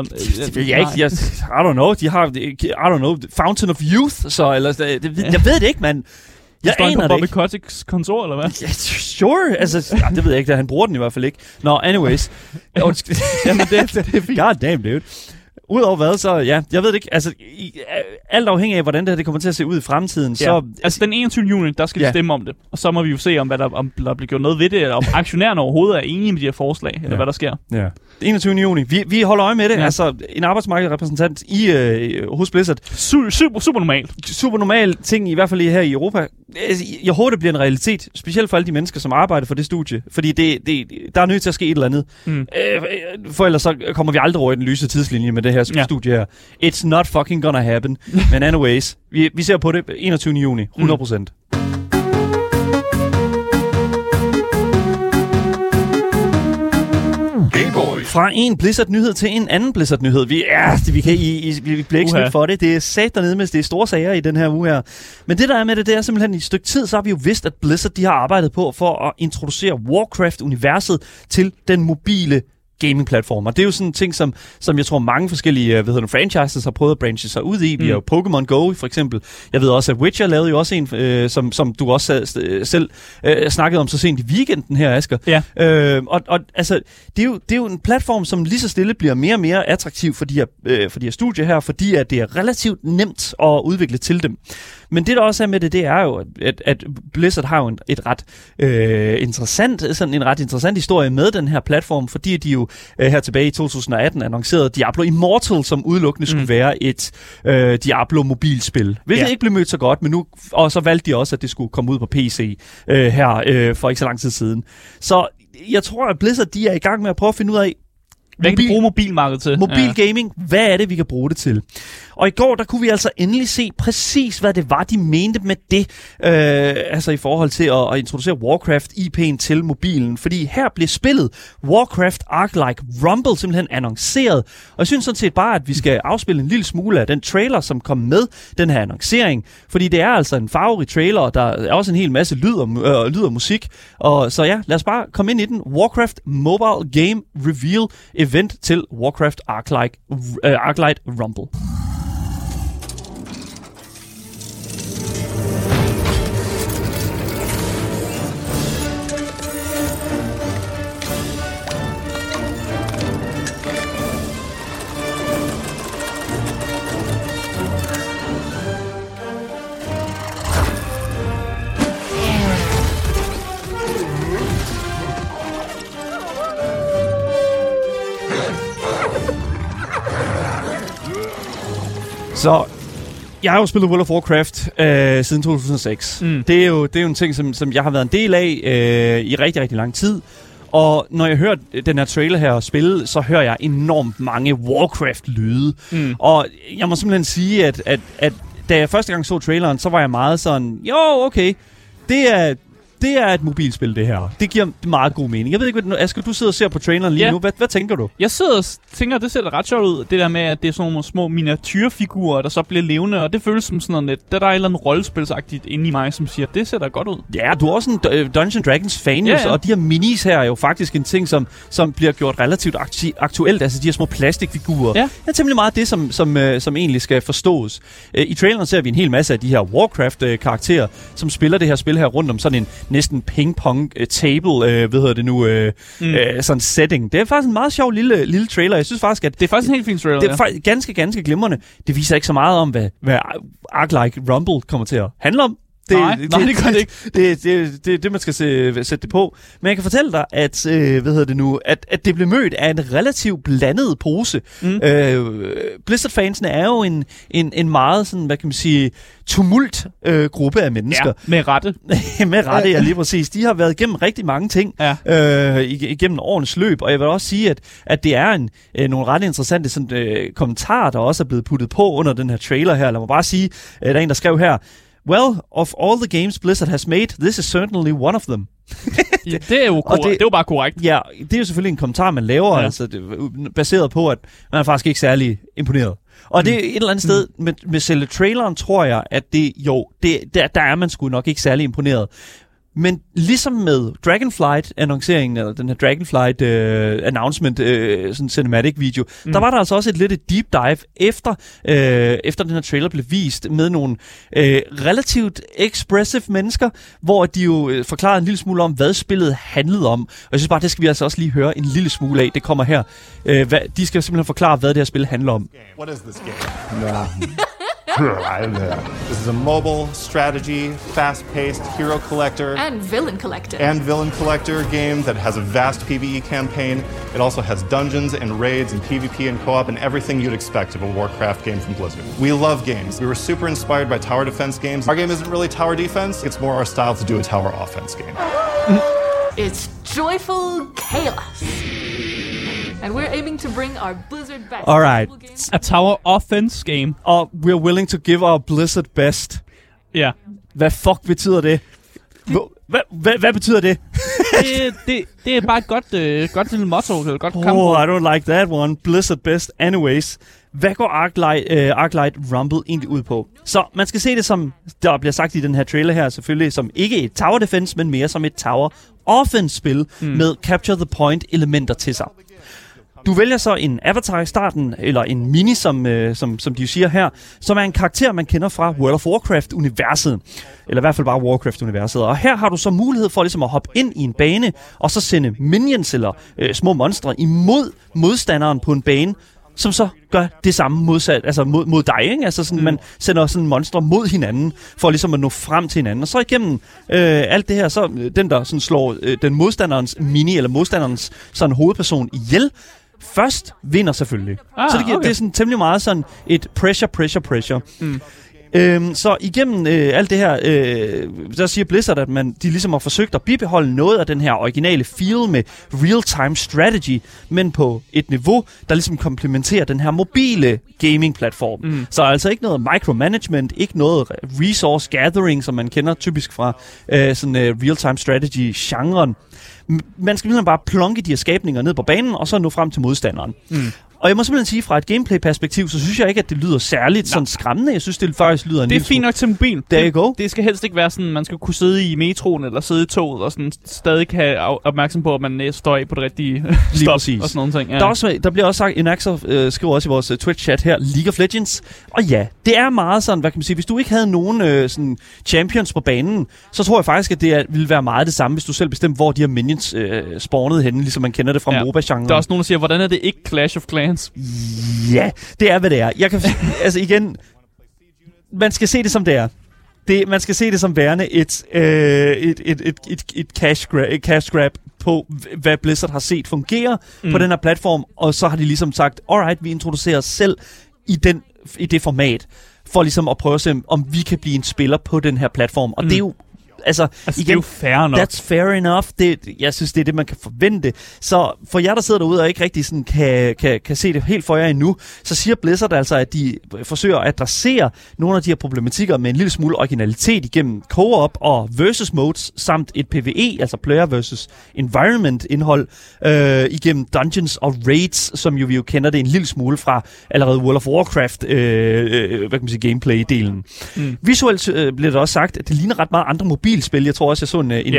I don't know. De har, Fountain of Youth, så, eller... Jeg ved det ikke, mand. Jeg aner det ikke. Bobby Kotick's kontor, eller hvad? Yeah, sure. Altså, det ved jeg ikke, han bruger den i hvert fald ikke. Nå, anyways. Jamen, det er fint. God damn, dude. Udover hvad, så jeg ved det ikke. Altså, alt afhængig af, hvordan det kommer til at se ud i fremtiden, så... Altså, den 21. juni, der skal de stemme om det. Og så må vi jo se, om der bliver gjort noget ved det, eller om aktionærerne overhovedet er enige med de her forslag, eller hvad der sker. Ja. 21. juni. Vi holder øje med det. Ja. Altså, en arbejdsmarkedsrepræsentant hos Blizzard. Super normalt. Super normal ting, i hvert fald her i Europa. Jeg håber, det bliver en realitet. Specielt for alle de mennesker, som arbejder for det studie. Fordi der er nødt til at ske et eller andet. For ellers så kommer vi aldrig over i den lyse tidslinje med det her studie her. It's not fucking gonna happen. Men anyways, vi ser på det 21. juni. 100%. Fra en Blizzard-nyhed til en anden Blizzard-nyhed. Vi bliver ikke smidt for det. Det er sat dernede, mens det er store sager i den her uge her. Men det der er med det er simpelthen i et stykke tid, så har vi jo vidst, at Blizzard de har arbejdet på for at introducere Warcraft-universet til den mobile gaming-platformer. Det er jo sådan en ting, som jeg tror mange forskellige franchises har prøvet at branche sig ud i. Vi har jo Pokémon Go for eksempel. Jeg ved også, at Witcher lavede jo også en, som du også selv snakkede om så sent i weekenden her, Asger. Ja. Og altså, det er jo en platform, som lige så stille bliver mere og mere attraktiv for de her studier her, fordi at det er relativt nemt at udvikle til dem. Men det der også er med det er jo, at Blizzard har jo en ret interessant historie med den her platform, fordi de jo her tilbage i 2018 annoncerede Diablo Immortal, som udelukkende skulle være et Diablo-mobilspil. Hvilket ikke blev mødt så godt, og så valgte de også, at det skulle komme ud på PC for ikke så lang tid siden. Så jeg tror, at Blizzard de er i gang med at prøve at finde ud af, hvad kan de bruge mobilmarkedet til? Mobil gaming, hvad er det, vi kan bruge det til? Og i går, der kunne vi altså endelig se præcis, hvad det var, de mente med det. Altså i forhold til at introducere Warcraft-IP'en til mobilen. Fordi her blev spillet Warcraft Ark-like Rumble simpelthen annonceret. Og jeg synes sådan set bare, at vi skal afspille en lille smule af den trailer, som kom med den her annoncering. Fordi det er altså en farverig trailer, og der er også en hel masse lyd og musik. Og så ja, lad os bare komme ind i den. Warcraft Mobile Game Reveal event til Warcraft Ark-like Rumble. Så jeg har jo spillet World of Warcraft siden 2006. Det er jo en ting, som jeg har været en del af i rigtig, rigtig lang tid. Og når jeg hører den her trailer her spille, så hører jeg enormt mange Warcraft-lyde. Og jeg må simpelthen sige, at da jeg første gang så traileren, så var jeg meget sådan, jo, okay, det er et mobilspil, det her. Det giver meget god mening. Jeg ved ikke, Asger, du sidder og ser på traileren lige nu. Hvad tænker du? Jeg sidder og tænker, det ser da ret sjovt ud. Det der med, at det er sådan nogle små miniatyrfigurer, der så bliver levende, og det føles som sådan noget, der er et eller andet rollespilsagtigt inde i mig, som siger, det ser da godt ud. Ja, du er også en Dungeons Dragons fan, og de her minis her er jo faktisk en ting, som bliver gjort relativt aktuelt. Altså de her små plastikfigurer. Ja. Det er temmelig meget det, som egentlig skal forstås. I traileren ser vi en hel masse af de her Warcraft-karakterer, som spiller det her spil her rundt om sådan en næsten ping-pong table, sådan setting. Det er faktisk en meget sjov lille trailer. Jeg synes faktisk, at det er faktisk en helt fin trailer. Det er ganske glimrende. Det viser ikke så meget om, hvad Ark-like Rumble kommer til at handle om. Det gør det ikke. Det man skal sætte det på. Men jeg kan fortælle dig, at at det blev mødt af en relativt blandet pose. Blizzard-fansene er jo en meget sådan, hvad kan man sige, tumult gruppe af mennesker. Ja, med rette. Med rette, ja, lige præcis. De har været igennem rigtig mange ting igennem årenes løb, og jeg vil også sige, at det er nogle ret interessante sådan, kommentarer, der også er blevet puttet på under den her trailer her. Lad mig bare sige, der er en, der skrev her, well, of all the games Blizzard has made, this is certainly one of them. Det er jo bare korrekt. Ja, det er jo selvfølgelig en kommentar, man laver, altså baseret på, at man er faktisk ikke særlig imponeret. Og det er et eller andet sted, med selve traileren, tror jeg, at der er man sgu nok ikke særlig imponeret. Men ligesom med Dragonflight-annonceringen, eller den her Dragonflight sådan cinematic-video, der var der altså også et lidt deep dive efter den her trailer blev vist med nogle relativt expressive mennesker, hvor de jo forklarede en lille smule om, hvad spillet handlede om. Og jeg synes bare, det skal vi altså også lige høre en lille smule af. Det kommer her. De skal simpelthen forklare, hvad det her spil handler om. What is this game? This is a mobile strategy, fast-paced hero collector and villain collector game that has a vast PvE campaign. It also has dungeons and raids and PvP and co-op and everything you'd expect of a Warcraft game from Blizzard. We love games. We were super inspired by tower defense games. Our game isn't really tower defense. It's more our style to do a tower offense game. It's joyful chaos. And we're aiming to bring our Blizzard best. All right. A tower offense game. Og we're willing to give our Blizzard best. Ja. Hvad fuck betyder det? Hvad betyder det? det er bare et godt lille motto, eller godt kamp. I don't like that one. Blizzard best anyways. Hvad går Arc-Light Rumble egentlig ud på? Så man skal se det som, der bliver sagt i den her trailer her, selvfølgelig som ikke et tower defense, men mere som et tower offense-spil med capture the point elementer til sig. Du vælger så en avatar i starten, eller en mini, som de jo siger her, som er en karakter, man kender fra World of Warcraft-universet. Eller i hvert fald bare Warcraft-universet. Og her har du så mulighed for ligesom at hoppe ind i en bane, og så sende minions, eller små monstre, imod modstanderen på en bane, som så gør det samme modsat, altså mod dig, ikke? Altså sådan, man sender sådan monstre mod hinanden, for ligesom at nå frem til hinanden. Og så igennem alt det her, så den, der sådan slår den modstanderens mini, eller modstanderens sådan hovedperson ihjel, først vinder selvfølgelig. Så det er sådan temmelig meget sådan et pressure. Så igennem alt det her, der siger Blizzard, at de ligesom har forsøgt at bibeholde noget af den her originale feel med real-time strategy, men på et niveau, der ligesom komplementerer den her mobile gaming-platform. Så altså ikke noget micromanagement, ikke noget resource gathering, som man kender typisk fra sådan real-time strategy-genren. Man skal ligesom bare plonke de her skabninger ned på banen, og så nå frem til modstanderen. Og jeg må simpelthen sige, fra et gameplay-perspektiv, så synes jeg ikke, at det lyder særligt sådan skræmmende. Jeg synes, det faktisk lyder en det er fint nok til mobil. Det skal helst ikke være sådan, man skal kunne sidde i metroen eller sidde i toget og sådan stadig have opmærksom på, at man står af på det rigtige stop og sådan nogle ting. Ja. Der bliver også sagt, Enaxer skriver også i vores Twitch-chat her, League of Legends. Og ja, det er meget sådan, hvad kan man sige, hvis du ikke havde nogen sådan champions på banen, så tror jeg faktisk, at det ville være meget det samme, hvis du selv bestemte, hvor de her minions spawnede henne, ligesom man kender det fra MOBA-genren. Der er også nogen, der siger, hvordan er det ikke Clash of Clans? Ja, det er, hvad det er. Jeg kan altså igen, man skal se det som det er. Man skal se det som værende et cash grab på, hvad Blizzard har set fungere på den her platform, og så har de ligesom sagt, alright, vi introducerer os selv i den i det format, for ligesom at prøve at se, om vi kan blive en spiller på den her platform. Og det er jo igen, det er jo fair nok. That's fair enough. Jeg synes, det er det, man kan forvente. Så for jer, der sidder derude og ikke rigtig sådan kan se det helt for jer endnu, så siger Blizzard altså, at de forsøger at adressere nogle af de her problematikker med en lille smule originalitet igennem co-op og versus modes, samt et PvE, altså player versus environment indhold, igennem dungeons og raids, som vi jo kender det en lille smule fra allerede World of Warcraft, hvad kan man sige, gameplay-delen. Visuelt bliver det også sagt, at det ligner ret meget andre mobilspil. Jeg tror også, jeg så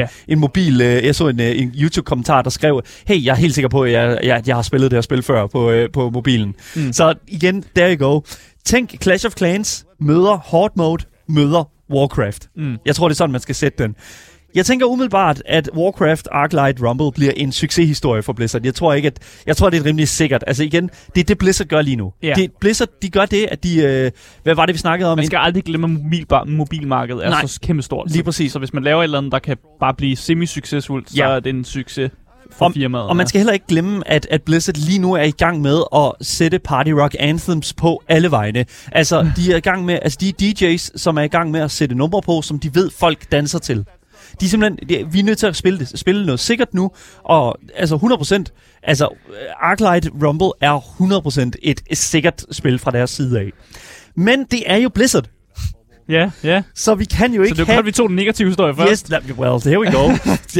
en YouTube-kommentar, der skrev, hey, jeg er helt sikker på, at jeg har spillet det her spil før på mobilen. Så igen, there you go. Tænk Clash of Clans møder Horde Mode, møder Warcraft. Jeg tror, det er sådan, man skal sætte den. Jeg tænker umiddelbart, at Warcraft Arclight Rumble bliver en succeshistorie for Blizzard. Jeg tror, det er rimelig sikkert. Altså igen, det er det, Blizzard gør lige nu. Yeah. Blizzard, de gør det, at de... hvad var det, vi snakkede om? Man skal aldrig glemme, at mobilmarkedet er så kæmpe stort. Lige præcis. Så hvis man laver et eller andet, der kan bare blive semi-succesfuldt, så er det en succes for firmaet. Og man skal heller ikke glemme, at Blizzard lige nu er i gang med at sætte Party Rock Anthems på alle vegne. Altså, de er i gang med... Altså, de DJ's, som er i gang med at sætte numre på, som de ved, folk danser til. De er simpelthen, vi er nødt til at spille noget sikkert nu, og altså 100%, altså Arclight Rumble er 100% et sikkert spil fra deres side af. Men det er jo Blizzard. Ja. Så vi kan jo ikke have... Så det er godt, vi tog den negative historie først. Yes, well, there we go.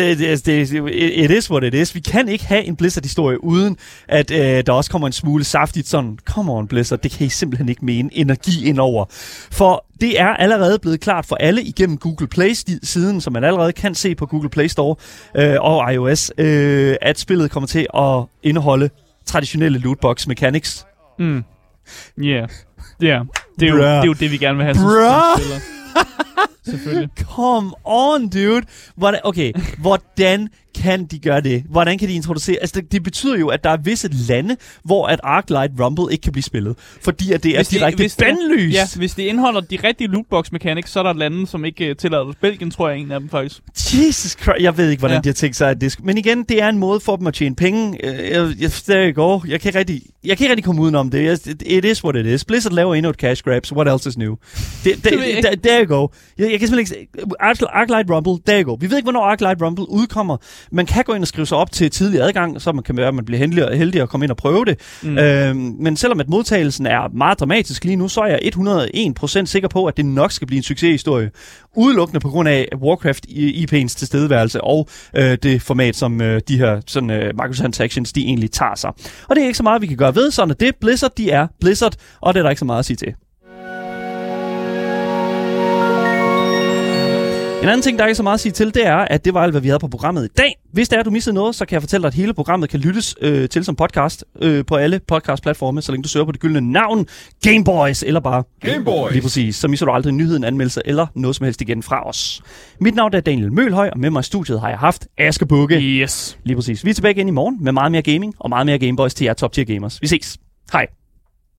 It is what it is. Vi kan ikke have en Blizzard-historie, uden at der også kommer en smule saftigt sådan, come on Blizzard, det kan I simpelthen ikke mene energi indover. For det er allerede blevet klart for alle igennem Google Play-siden, som man allerede kan se på Google Play Store og iOS, at spillet kommer til at indeholde traditionelle lootbox mechanics. Yeah. Det er jo det, vi gerne vil have som spiller. Selvfølgelig. Come on, dude. Hvordan kan de gøre det? Hvordan kan de introducere? Altså, det betyder jo, at der er visse lande, hvor at Arclight Rumble ikke kan blive spillet. Fordi at det er direkte bandlyst. Ja, hvis det indeholder de rigtige lootbox mechanics, så er der lande, som ikke tillader det. Belgien tror jeg er en af dem, faktisk. Jesus Christ. Jeg ved ikke, hvordan de har tænkt sig, at det men igen, det er en måde for dem at tjene penge. There you go. Jeg kan ikke rigtig komme udenom det. It is what it is. Blizzard laver endnu et cash grabs. What else is new? There you go. Jeg kan simpelthen ikke... Arclight Rumble, there you go. Vi ved ikke, hvornår Arclight Rumble udkommer. Man kan gå ind og skrive sig op til tidlig adgang, så man kan være, at man bliver heldig at komme ind og prøve det. Men selvom at modtagelsen er meget dramatisk lige nu, så er jeg 101% sikker på, at det nok skal blive en succeshistorie. Udelukkende på grund af Warcraft IP'ens tilstedeværelse og det format, som de her microtransactions, de egentlig tager sig. Og det er ikke så meget, vi kan gøre ved, sådan at det Blizzard, de er Blizzard, og det er der ikke så meget at sige til. En anden ting, der er ikke så meget at sige til, det er, at det var alt, hvad vi havde på programmet i dag. Hvis det er, du missede noget, så kan jeg fortælle dig, at hele programmet kan lyttes til som podcast på alle podcast-platforme, så længe du søger på det gyldne navn Gameboys, eller bare Gameboys. Lige præcis. Så misser du aldrig en nyhed, en anmeldelse eller noget som helst igen fra os. Mit navn er Daniel Mølhøj, og med mig i studiet har jeg haft Aske Bukke. Yes. Lige præcis. Vi er tilbage igen i morgen med meget mere gaming og meget mere Gameboys til jer top tier gamers. Vi ses. Hej.